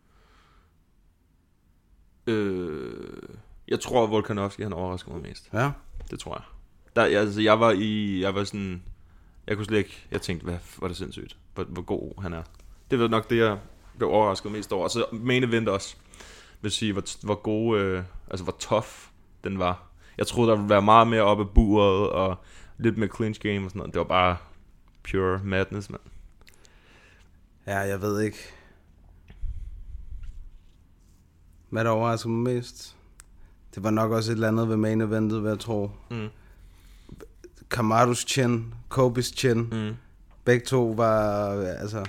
Jeg tror, Volkanovski han overraskede mig mest. Ja? Det tror jeg. Jeg var sådan... Jeg kunne slet ikke... Jeg tænkte, hvad var det sindssygt, hvor god han er. Det var nok det, jeg blev overrasket mest over. Og så main event også. Vil sige, hvor gode... hvor tough den var. Jeg troede, der ville være meget mere oppe af buret, og lidt mere clinch game og sådan noget. Det var bare pure madness, mand. Ja, jeg ved ikke. Hvad der overrasker mig mest? Det var nok også et eller andet ved main eventet, hvad jeg tror. Kamaru's chin, Kobes chin. Begge to var, altså...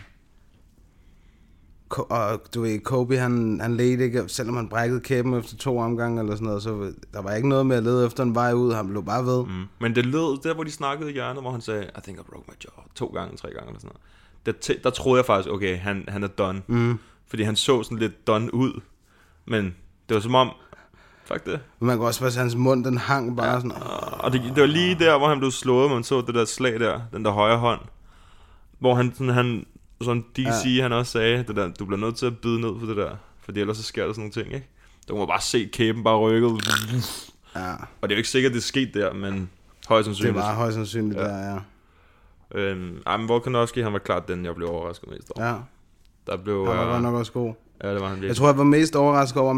Og du ved, Kobe, han ledte ikke, selvom han brækkede kæben efter 2 omgange eller sådan noget, så der var ikke noget med at lede efter en vej ud, han blev bare ved. Men det lød, der hvor de snakkede i hjørnet, hvor han sagde, I think I broke my jaw, 2 gange, 3 gange eller sådan noget. Der troede jeg faktisk, okay, han er done. Fordi han så sådan lidt done ud, men det var som om, fuck det. Man kan også bare se, hans mund, den hang bare sådan. Og det var lige der, hvor han blev slået, man så det der slag der, den der højre hånd, hvor sådan DC, han også sagde, det der, du bliver nødt til at bide ned for det der, fordi ellers så sker der sådan nogle ting, ikke? Du må bare se kæben bare rykket. Ja. Og det er jo ikke sikkert, det er sket der, men højst sandsynligt. Det var højst sandsynligt der, ja. Men Volkanovski, han var klart den, jeg blev overrasket mest over. Ja. Der blev, han var nok også god. Ja, det var han virkelig. Jeg tror, jeg var mest overrasket over,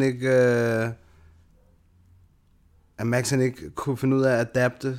at Max ikke kunne finde ud af at adapte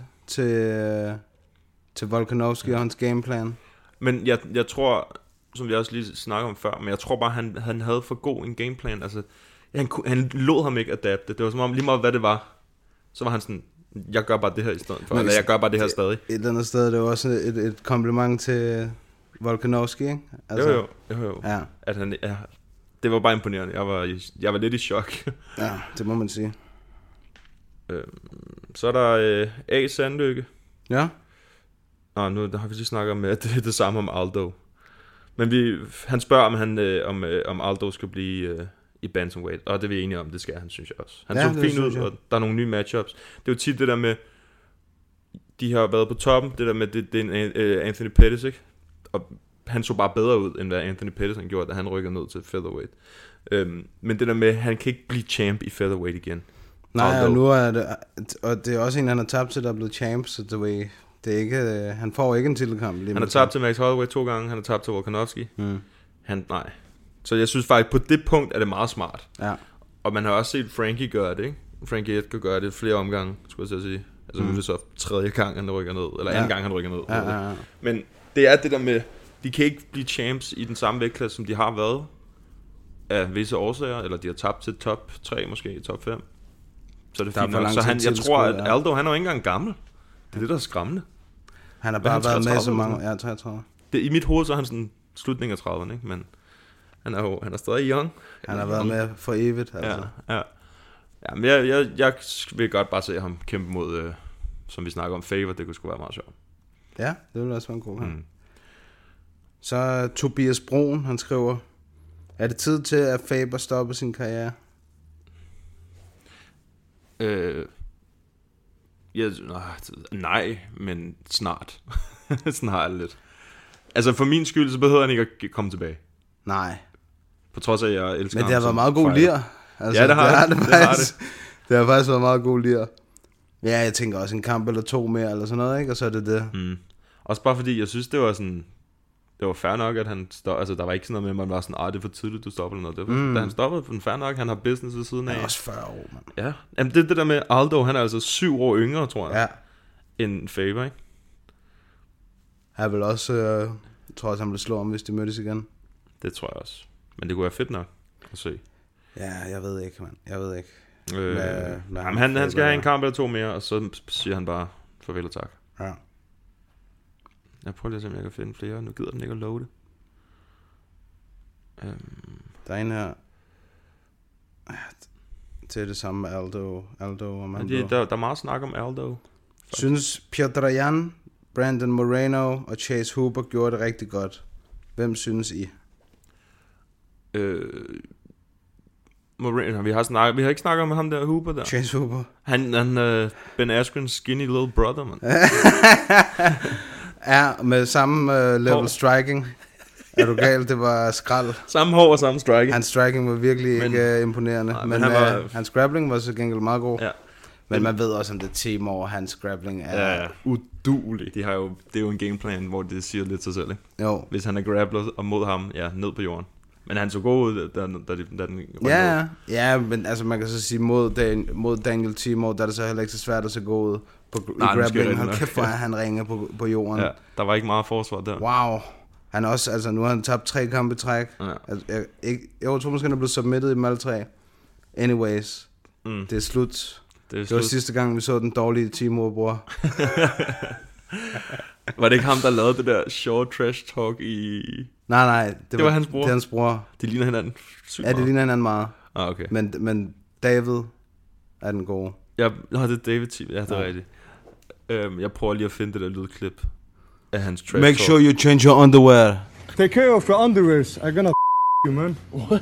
til Volkanovski og hans gameplan. Men jeg tror, som vi også lige snakkede om før, men jeg tror bare, han havde for god en gameplan. Altså, han lod ham ikke adapte. Det var som om lige meget, hvad det var, så var han sådan, jeg gør bare det her i stedet for, eller jeg gør bare det her stadig. Et eller andet sted, det var også et kompliment til Volkanovski, ikke? Altså, jo. Ja. At han, ja, det var bare imponerende. Jeg var lidt i chok. Ja, det må man sige. Så er der A. Sandlykke. Ja. Nu har vi lige snakket om, at det er det samme om Aldo. Men han spørger, om Aldo skal blive i bantamweight, og det er vi enige om, det skal han, synes jeg også. Han så fint ud, og der er nogle nye matchups. Det er jo tit det der med, de har været på toppen, det der med, det er Anthony Pettis, ikke? Og han så bare bedre ud, end hvad Anthony Pettis han gjorde, da han rykkede ned til featherweight. Men det der med, han kan ikke blive champ i featherweight igen. Nej, og nu er det, og det er også en, han har tabt til, der er blevet champ, så det er ikke, han får ikke en titelkamp. Han har tabt til Max Holloway 2 gange, han har tabt til Volkanovski. Nej. Så jeg synes faktisk, på det punkt er det meget smart. Ja. Og man har også set Frankie gøre det, ikke? Frankie Edgar gøre det flere omgange, skulle jeg sige. Altså nu er det så 3. gang, han rykker ned, eller 2. gang, han rykker ned. Ja. Men det er det der med, de kan ikke blive champs i den samme vægtklasse, som de har været af visse årsager, eller de har tabt til top 3, måske top 5. Så det er fint nok. Så jeg tror, at Aldo, han er jo ikke engang gammel. Det er det, der er skræmmende. Han har bare været med så mange... Ja, 33. I mit hoved, så er han sådan slutning af 30'erne, ikke? Men han er stadig young. Han har været med for evigt, altså. Ja, men jeg vil godt bare se ham kæmpe mod, som vi snakker om, Favor. Det kunne sgu være meget sjovt. Ja, det ville også være en god kamp. Så Tobias Broen, han skriver, er det tid til, at Faber stopper sin karriere? Nej, men snart. Snart lidt. Altså for min skyld, så behøver han ikke at komme tilbage. Nej. På trods af, at jeg elsker ham. Men det har været meget god lir. Altså, ja, det har det. Det har faktisk været meget god lir. Ja, jeg tænker også en kamp eller 2 mere, eller sådan noget, ikke? Og så er det det. Også bare fordi, jeg synes, det var sådan... Det var fair nok, at han altså der var ikke sådan noget med, at man var sådan, det er for tidligt, du stopper eller noget. Det var, da han stoppede, for fair nok, han har business ved siden af. Han er også 40 år, mand. Ja, jamen det der med Aldo, han er altså 7 år yngre, tror jeg. Ja. End Favor, ikke? Han vil også, jeg tror også, han vil slå om, hvis de mødtes igen. Det tror jeg også. Men det kunne være fedt nok at se. Ja, jeg ved ikke, mand. Jeg ved ikke. Jamen, han skal have en kamp eller 2 mere, og så siger han bare farvel og tak. Ja. Jeg prøver lige at se, om jeg kan finde flere. Nu gider den ikke at love det. Der er en her. Det er det samme med Aldo og Mando. Der er meget snak om Aldo. Faktisk. Synes Piotr Jan, Brandon Moreno og Chase Hooper gjorde det rigtig godt. Hvem synes I? Moreno, vi har ikke snakket om ham der Hooper der. Chase Hooper. Han Ben Askren's skinny little brother, man. Ja, med samme level striking. Er du galt? Det var skrald. Samme hår og samme striking. Hans striking var virkelig ikke imponerende. Nej, men hans grappling var så gengæld meget god. Ja. Men man ved også, om det team over hans grappling er uduelig. Det er jo en gameplan, hvor det siger lidt sig selv, ikke? Jo. Hvis han er grappler og mod ham, ned på jorden. Men han så god ud, da den ja, men altså man kan så sige, mod Daniel Timo, der er det så heller ikke så svært at se god ud i grappling. Han kæft, hvor han ringer på jorden. Ja, der var ikke meget forsvar der. Wow. Han også, altså nu har han tabt 3 kampe i træk. Ja. Altså, jeg tror måske, han er blevet submitted i dem alle 3. Anyways, det er slut. Det var sidste gang, vi så den dårlige Timo, bror. Var det ikke ham, der lavede det der short trash talk i... Nej, det var hans bror. Det er hans bror. De ligner hinanden sygt meget. Ja, de ligner hinanden meget. Ah, okay. Men David er den gode. Ja, det er David Team. Ja, det er rigtigt. Jeg prøver lige at finde det der lydklip af hans trash Make talk. sure you change your underwear. Take care of your underwears. I'm gonna you, man. What?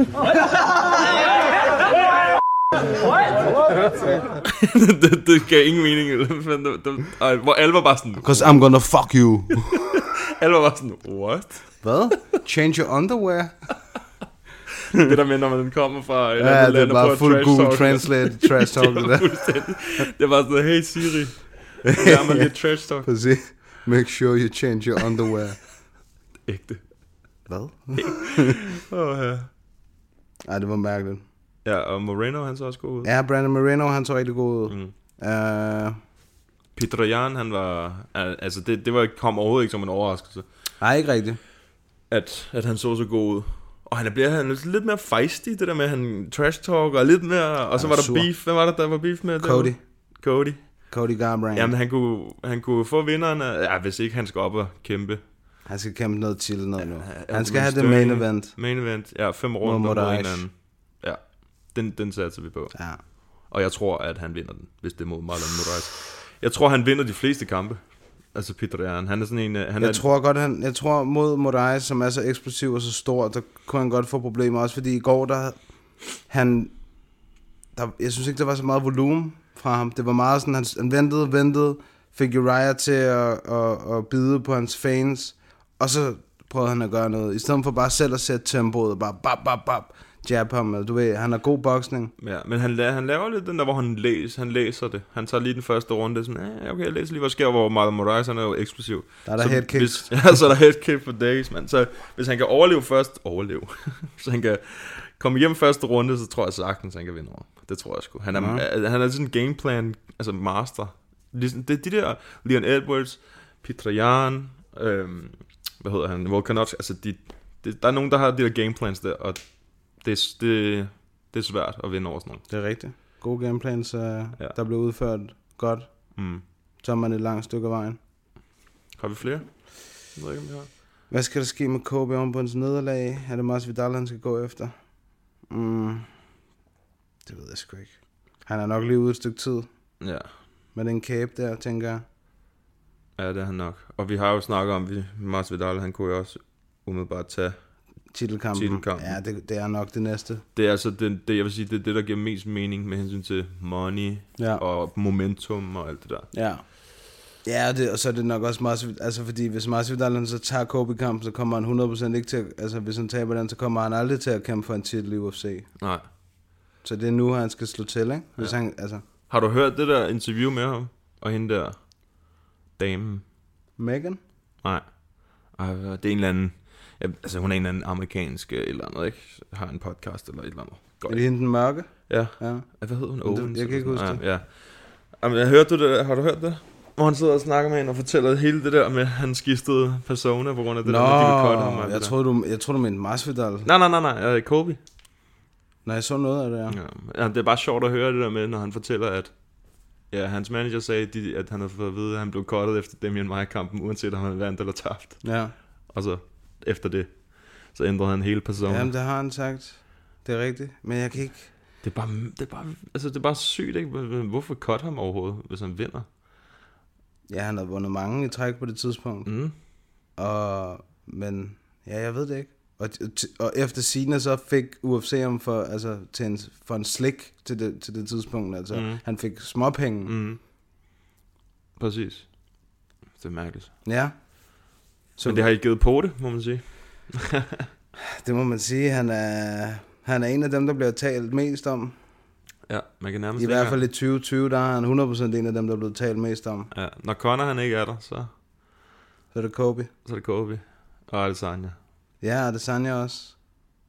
det gav ingen mening. Hvor alle var bare sådan... Because I'm gonna fuck you. Alle var bare sådan, what? Hvad? Change your underwear? Det der med, når man kommer fra... Ja, det er bare fuld Google Translate trash talk. Det var sådan, hey Siri, lær mig lidt trash talk. Præcis. Make sure you change your underwear. Ægte. Hvad? Ja. Ej, det var mærkeligt. Ja, og Moreno, han så også god ud. Ja, Brandon Moreno, han så rigtig god ud. Petr Yan, han var... Altså, det kom overhovedet ikke som en overraskelse. Nej, ikke rigtigt. At han så god ud. Og han er lidt mere feisty, det der med, han trash-talker, og lidt mere... Og så var der sur. Beef. Hvem var der var beef med? Cody Garbrandt. Jamen, han kunne få vinderne, hvis ikke han skal op og kæmpe. Han skal kæmpe noget til noget nu. Han skal have det main event. Main event, ja, 5 runder mod hinanden. Ja, den satser vi på. Ja. Og jeg tror, at han vinder den, hvis det er mod Marlon Moraes. Jeg tror, han vinder de fleste kampe. Altså Petr Yan, han er sådan en... Jeg tror mod Moraes, som er så eksplosiv og så stor, der kunne han godt få problemer. Også fordi i går, jeg synes ikke, der var så meget volumen fra ham. Det var meget sådan, han ventede, fik Uriah til at bide på hans fans, og så prøvede han at gøre noget. I stedet for bare selv at sætte tempoet, og bare jab ham. Du ved, han har god boksning. Ja, men han laver lidt den der, hvor han læser det. Han tager lige den første runde, sådan, okay, jeg læser lige, hvad sker, hvor Marlon Moraes, han er jo eksplosiv. Der er der head kicks. Så er der head kick for days, man. Så hvis han kan overleve, så han kan komme hjem første runde, så tror jeg sagtens, han kan vinde over. Det tror jeg sgu. Han er sådan en gameplan, altså master. Det er de der Leon Edwards, Petr Yan, hvad hedder han, Volkanovski, altså der er nogen, der har de der gameplans der, og det er svært at vinde over sådan noget. Det er rigtigt. Gode gameplans, der blev udført godt. Så er man et langt stykke af vejen. Har vi flere? Jeg ved ikke, om vi har. Hvad skal der ske med Kobe om på hans nederlag? Er det Masvidal, han skal gå efter? Det ved jeg sgu ikke. Han er nok lige ude et stykke tid. Ja. Med den kæbe der, tænker jeg. Ja, det er han nok. Og vi har jo snakket om, Masvidal, han kunne jo også umiddelbart tage titelkampen. Ja, det er nok det næste. Det er altså det, jeg vil sige, det er det, der giver mest mening med hensyn til money og momentum og alt det der. Ja. Ja, og så er det nok også meget, altså fordi hvis Masvidal så tager Kobe-kampen, så kommer han 100% ikke til, altså hvis han taber den, så kommer han aldrig til at kæmpe for en titel i UFC. Nej. Så det er nu, han skal slå til, ikke? Hvis han, altså. Har du hørt det der interview med ham? Og hende der damen? Megan? Nej. Det er en eller anden, altså hun er en eller anden amerikansk eller andet, ikke? Har en podcast eller et eller andet. Er det hende den mørke? Ja. Hvad hedder hun? Owens? Jeg kan ikke huske det. Ja. Jamen, har du hørt det? Hvor han sidder og snakker med hende og fortæller hele det der med, at han skiftede persona på grund af det der med, de vil cutte ham. Jeg tror du mente Masvidal. Nej, Kobe. Nej, jeg så noget af det, ja. Det er bare sjovt at høre det der med, når han fortæller, at hans manager sagde, at han havde fået at vide, at han blev cuttet efter Demian Maia-kampen, uanset om han vandt eller tabt. Ja. Og så efter det, så ændrede han hele personen. Jamen, det har han sagt. Det er rigtigt, men jeg kan ikke... Det er bare sygt, ikke? Hvorfor cutte ham overhovedet, hvis han vinder? Ja, han har vundet mange i træk på det tidspunkt. Men jeg ved det ikke. Og efter sigende så fik UFC ham for en slik til det tidspunkt. Altså, han fik småpenge. Præcis. Det er mærkeligt. Ja. Men det har ikke givet på det, må man sige. Det må man sige. Han er en af dem, der bliver talt mest om. Ja, man kan nærmest i hvert fald i 2020, der er han 100% en af dem, der er blevet talt mest om. Ja, når Conor han ikke er der, så er det Kobe. Og Adesanya. Ja, Adesanya også.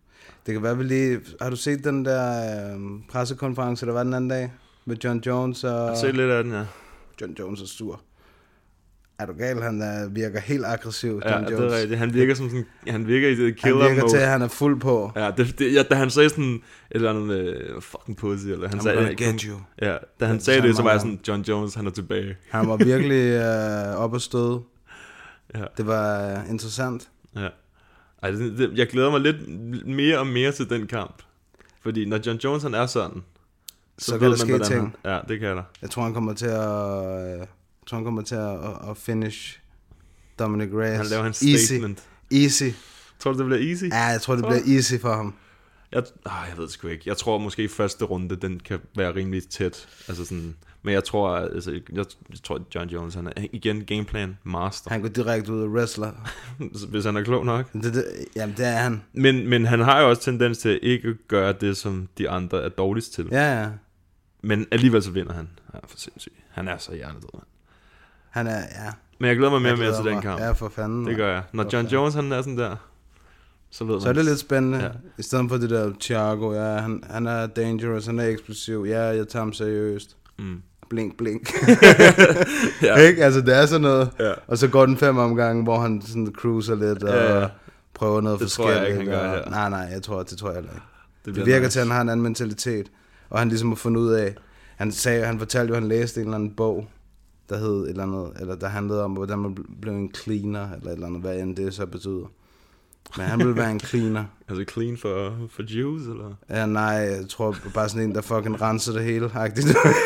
Det kan være, vi lige... Har du set den der pressekonference, der var den anden dag? Med John Jones og... Jeg har set lidt af den, ja. John Jones er sur. Er du gal? Han virker helt aggressiv, ja, John Jones. Det er rigtigt. Han virker som sådan... Han virker i det killer mode. Han virker til, at han er fuld på. Ja, da han sagde sådan... Et eller andet med... Fucking pussy, eller... Han sagde, gonna get you. Ja, da han sagde det, så var jeg sådan... John Jones, han er tilbage. Han var virkelig op at støde. Ja. Det var interessant. Ja. Ej, jeg glæder mig lidt mere og mere til den kamp. Fordi når John Jones han er sådan, så kan der ske ting. Ja, det kan der. Jeg tror han kommer til at finish Dominic Reyes. Han laver hans statement. Easy. Tror du det bliver easy? Ja, jeg tror det bliver easy for ham. Jeg ved det sgu ikke. Jeg tror måske første runde den kan være rimelig tæt. Altså sådan. Men jeg tror, at John Jones, han er igen gameplan master. Han går direkte ud af wrestler. Hvis han er klog nok. Jamen, det er han. Men han har jo også tendens til ikke at gøre det, som de andre er dårligst til. Ja. Men alligevel så vinder han. Ja, for sindssygt. Han er så hjernedød, mand. Han er, ja. Men jeg glæder mig mere og mere til den kamp. Ja, for fanden. Det gør jeg. Når John Jones, han er sådan der, så ved man. Så er det lidt spændende. Ja. I stedet for det der Thiago, ja, han er dangerous, han er eksplosiv. Ja, jeg tager ham seriøst. Blink, blink. Ja. Ikke? Altså, det er sådan noget. Ja. Og så går den 5 omgange, hvor han sådan cruiser lidt og prøver noget forskelligt. Det tror jeg ikke, han gør her. Nej, det tror jeg heller ikke. Det virker til, at han har en anden mentalitet. Og han ligesom har fundet ud af, han fortalte jo, at han læste en eller anden bog, der hed et eller andet, eller der handlede om, hvordan man blev en cleaner, eller et eller andet, hvad end det så betyder. Men han ville være en cleaner. Altså clean for Jews, eller? Ja, nej, jeg tror bare sådan en, der fucking renser det hele. Okay,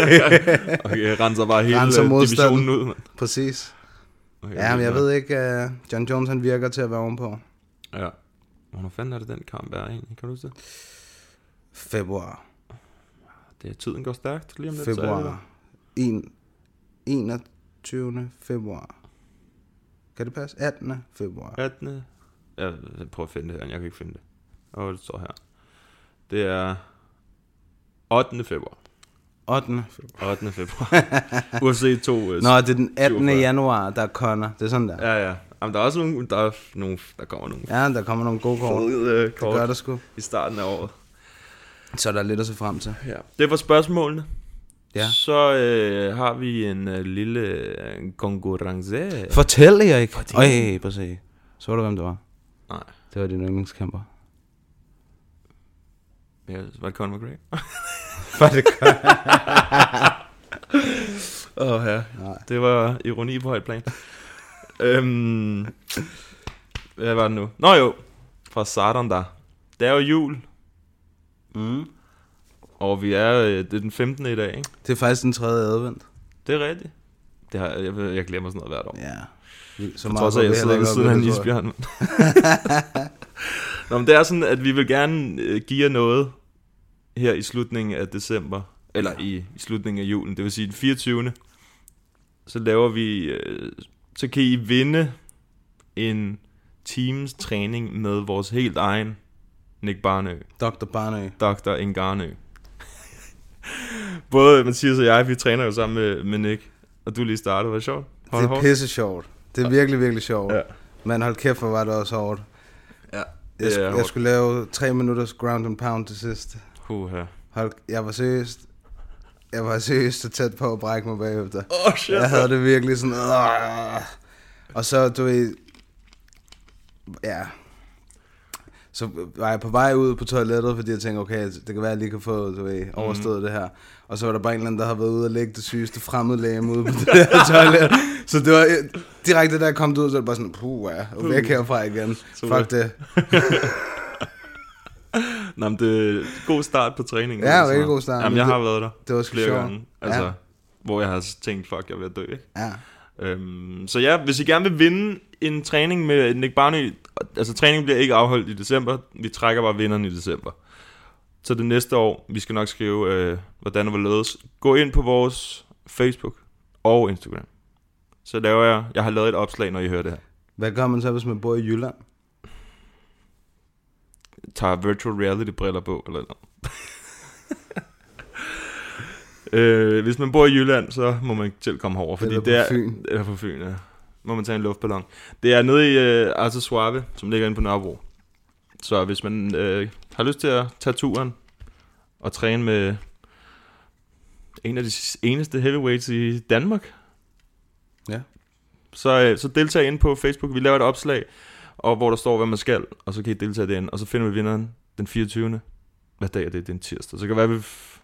renser bare hele divisionen ud, man. Præcis. Okay, ja, men jeg ved ikke, John Jones, han virker til at være ovenpå. Ja. Hvornår fanden er det den kamp er egentlig? Kan du huske det? Februar. Tiden går stærkt lige om lidt. Februar. 21. februar. Kan det passe? 18. februar. 18. Jeg prøver at finde det her, jeg kan ikke finde det. Det står her. Det er 8. februar. 8. februar. UFC 2. Nå, det er den 18. januar, der er Conor. Det er sådan der. Ja. Jamen, der er også nogle, der kommer nogle. Ja, der kommer nogle gode kort. Det gør der sgu. I starten af året. Så der er lidt at se frem til. Ja. Det var spørgsmålene. Ja. Så har vi en lille konkurrence. Fortæl, Erik. Øj, prøv at se. Så du, hvem det var? Nej. Det var din yndlingskæmper. Ja, var det Conor McGregor? Var det ja. Det var ironi på højt plan. Hvad var det nu? Nå jo, fra Sardan der. Det er jo jul. Og vi er, det er den 15. i dag, ikke? Det er faktisk den 3. advent. Det er rigtigt. Det har, jeg glemmer sådan noget hvert år. Ja. Så meget trods af, jeg sidder ved siden af en isbjørn. Nå, men det er sådan, at vi vil gerne give jer noget her i slutningen af december. Eller i slutningen af julen. Det vil sige den 24. Så laver vi... så kan I vinde en times træning med vores helt egen Nick Barnø. Dr. Barnø. Dr. Ingarnø. Både Mathias og jeg, vi træner jo sammen med Nick. Og du lige startede, var det sjovt? Det er pisse sjovt. Det er virkelig, virkelig sjovt. Ja. Men hold kæft, hvor var det også hårdt. Ja, jeg skulle lave 3 minutters ground and pound til sidst. Jeg var seriøst så tæt på at brække mig bagefter. Shit. Jeg havde det virkelig sådan... Og så, du ved... Ja... Så var jeg på vej ud på toilettet, fordi jeg tænkte, okay, det kan være, at jeg lige kan få overstået det her. Og så var der bare en eller anden, der havde været ude og lægge det sygeste fremmedlægeme ude på det der toilet. Så det var direkte, da jeg kom ud, så var det bare sådan, og væk herfra igen. Fuck det. Nå, men det er god start på træningen. Ja, rigtig god start. Jamen, jeg har været der. Det var flere gange. Altså, hvor jeg har tænkt, fuck, jeg er ved at dø, ikke? Ja. Så ja, hvis I gerne vil vinde en træning med Nick Barnø, altså træningen bliver ikke afholdt i december, vi trækker bare vinderen i december. Så det næste år, vi skal nok skrive, hvordan og hvorledes. Gå ind på vores Facebook og Instagram. Så laver jeg har lavet et opslag, når I hører det her. Hvad gør man så, hvis man bor i Jylland? Tager virtual reality briller på, eller noget. Hvis man bor i Jylland, så må man selv komme herover, fordi det er Fyn. Eller på Fyn, ja. Må man tage en luftballon. Det er nede i Arte Suave, som ligger inde på Nørrebro. Så hvis man har lyst til at tage turen og træne med en af de eneste heavyweights i Danmark, ja, så deltag ind på Facebook. Vi laver et opslag, og hvor der står, hvad man skal, og så kan I deltage derinde, og så finder vi vinderen den 24. Hvad dag er det? Det er en tirsdag. Så kan det være,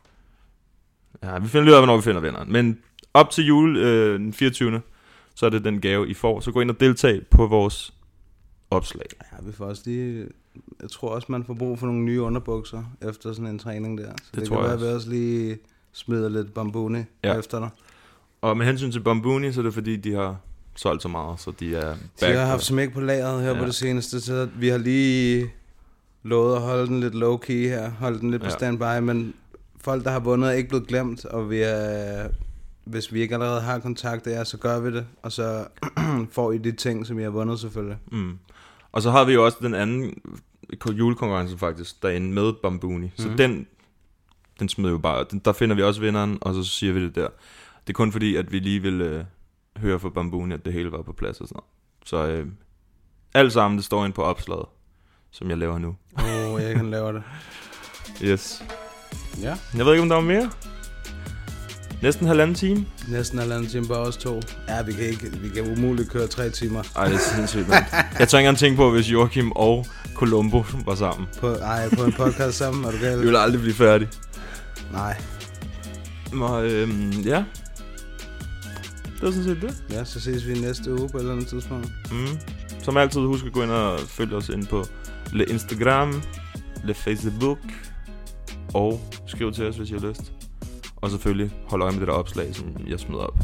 vi finder lidt af, hvornår vi finder vinderen. Men op til jul den 24. så er det den gave, I får. Så gå ind og deltag på vores opslag. Ja, vi får også lige... Jeg tror også, man får brug for nogle nye underbukser efter sådan en træning der. Så det tror kan være, at vi også lige smider lidt Bambuni efter dig. Og med hensyn til Bambuni, så er det fordi, de har solgt så meget, så de er back. De har haft smæk på lageret her på det seneste, så vi har lige lovet at holde den lidt low-key her, holde den lidt på standby, men folk, der har vundet, er ikke blevet glemt, og vi er... Hvis vi ikke allerede har kontakt af jer, så gør vi det, og så får I de ting, som I har vundet selvfølgelig. Mm. Og så har vi jo også den anden julekonkurrence faktisk, derinde med Bambuni. Så den smider jo bare, der finder vi også vinderen, og så siger vi det der. Det er kun fordi, at vi lige vil høre fra Bambuni, at det hele var på plads og sådan noget. Så alt sammen, det står inde på opslaget, som jeg laver nu. Jeg kan lave det. Yes. Ja. Jeg ved ikke, om der var mere. Næsten 1,5 time. Næsten 1,5 time på os to. Ja, vi kan umuligt køre 3 timer. Ej, det er sindssygt. Jeg tør ikke engang tænke på, hvis Joachim og Columbo var sammen. På en podcast sammen, er du galt? Vi vil aldrig blive færdige. Nej. Og ja. Det var sådan set det. Ja, så ses vi næste uge på et eller andet tidspunkt. Som altid, husk at gå ind og følge os ind på le Instagram, le Facebook, og skriv til os, hvis I har lyst. Og selvfølgelig hold øje med det der opslag, som jeg smider op.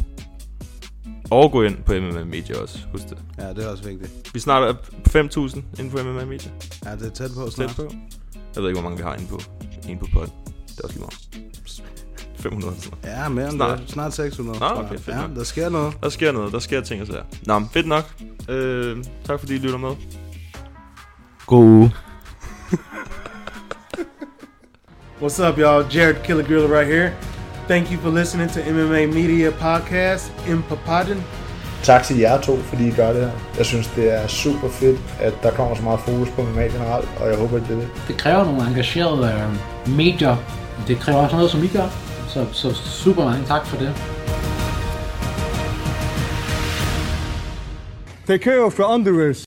Og gå ind på MMA Media også, husk det. Ja, det er også vigtigt. Vi snart er på 5.000 inden på MMA Media. Ja, det er tæt på snart. Tæt på. Jeg ved ikke, hvor mange vi har inde på pod. Det er også lige meget. 500 eller sådan noget. Ja, mere end det. Snart 600. Okay, fedt nok. Der sker noget. Der sker ting og sager. Nå, fedt nok. Tak fordi I lytter med. God uge. What's up, y'all? Jared Killer Gorilla right here. Thank you for listening to MMA Media Podcast in Papadden. Tak til jer to, fordi I gør det her. Jeg synes, det er super fedt, at der kommer så meget fokus på MMA generelt, og jeg håber, at det er det. Det kræver nogle engagerede medier. Det kræver også noget, som I gør. Så super mange tak for det. Take care of your underwear.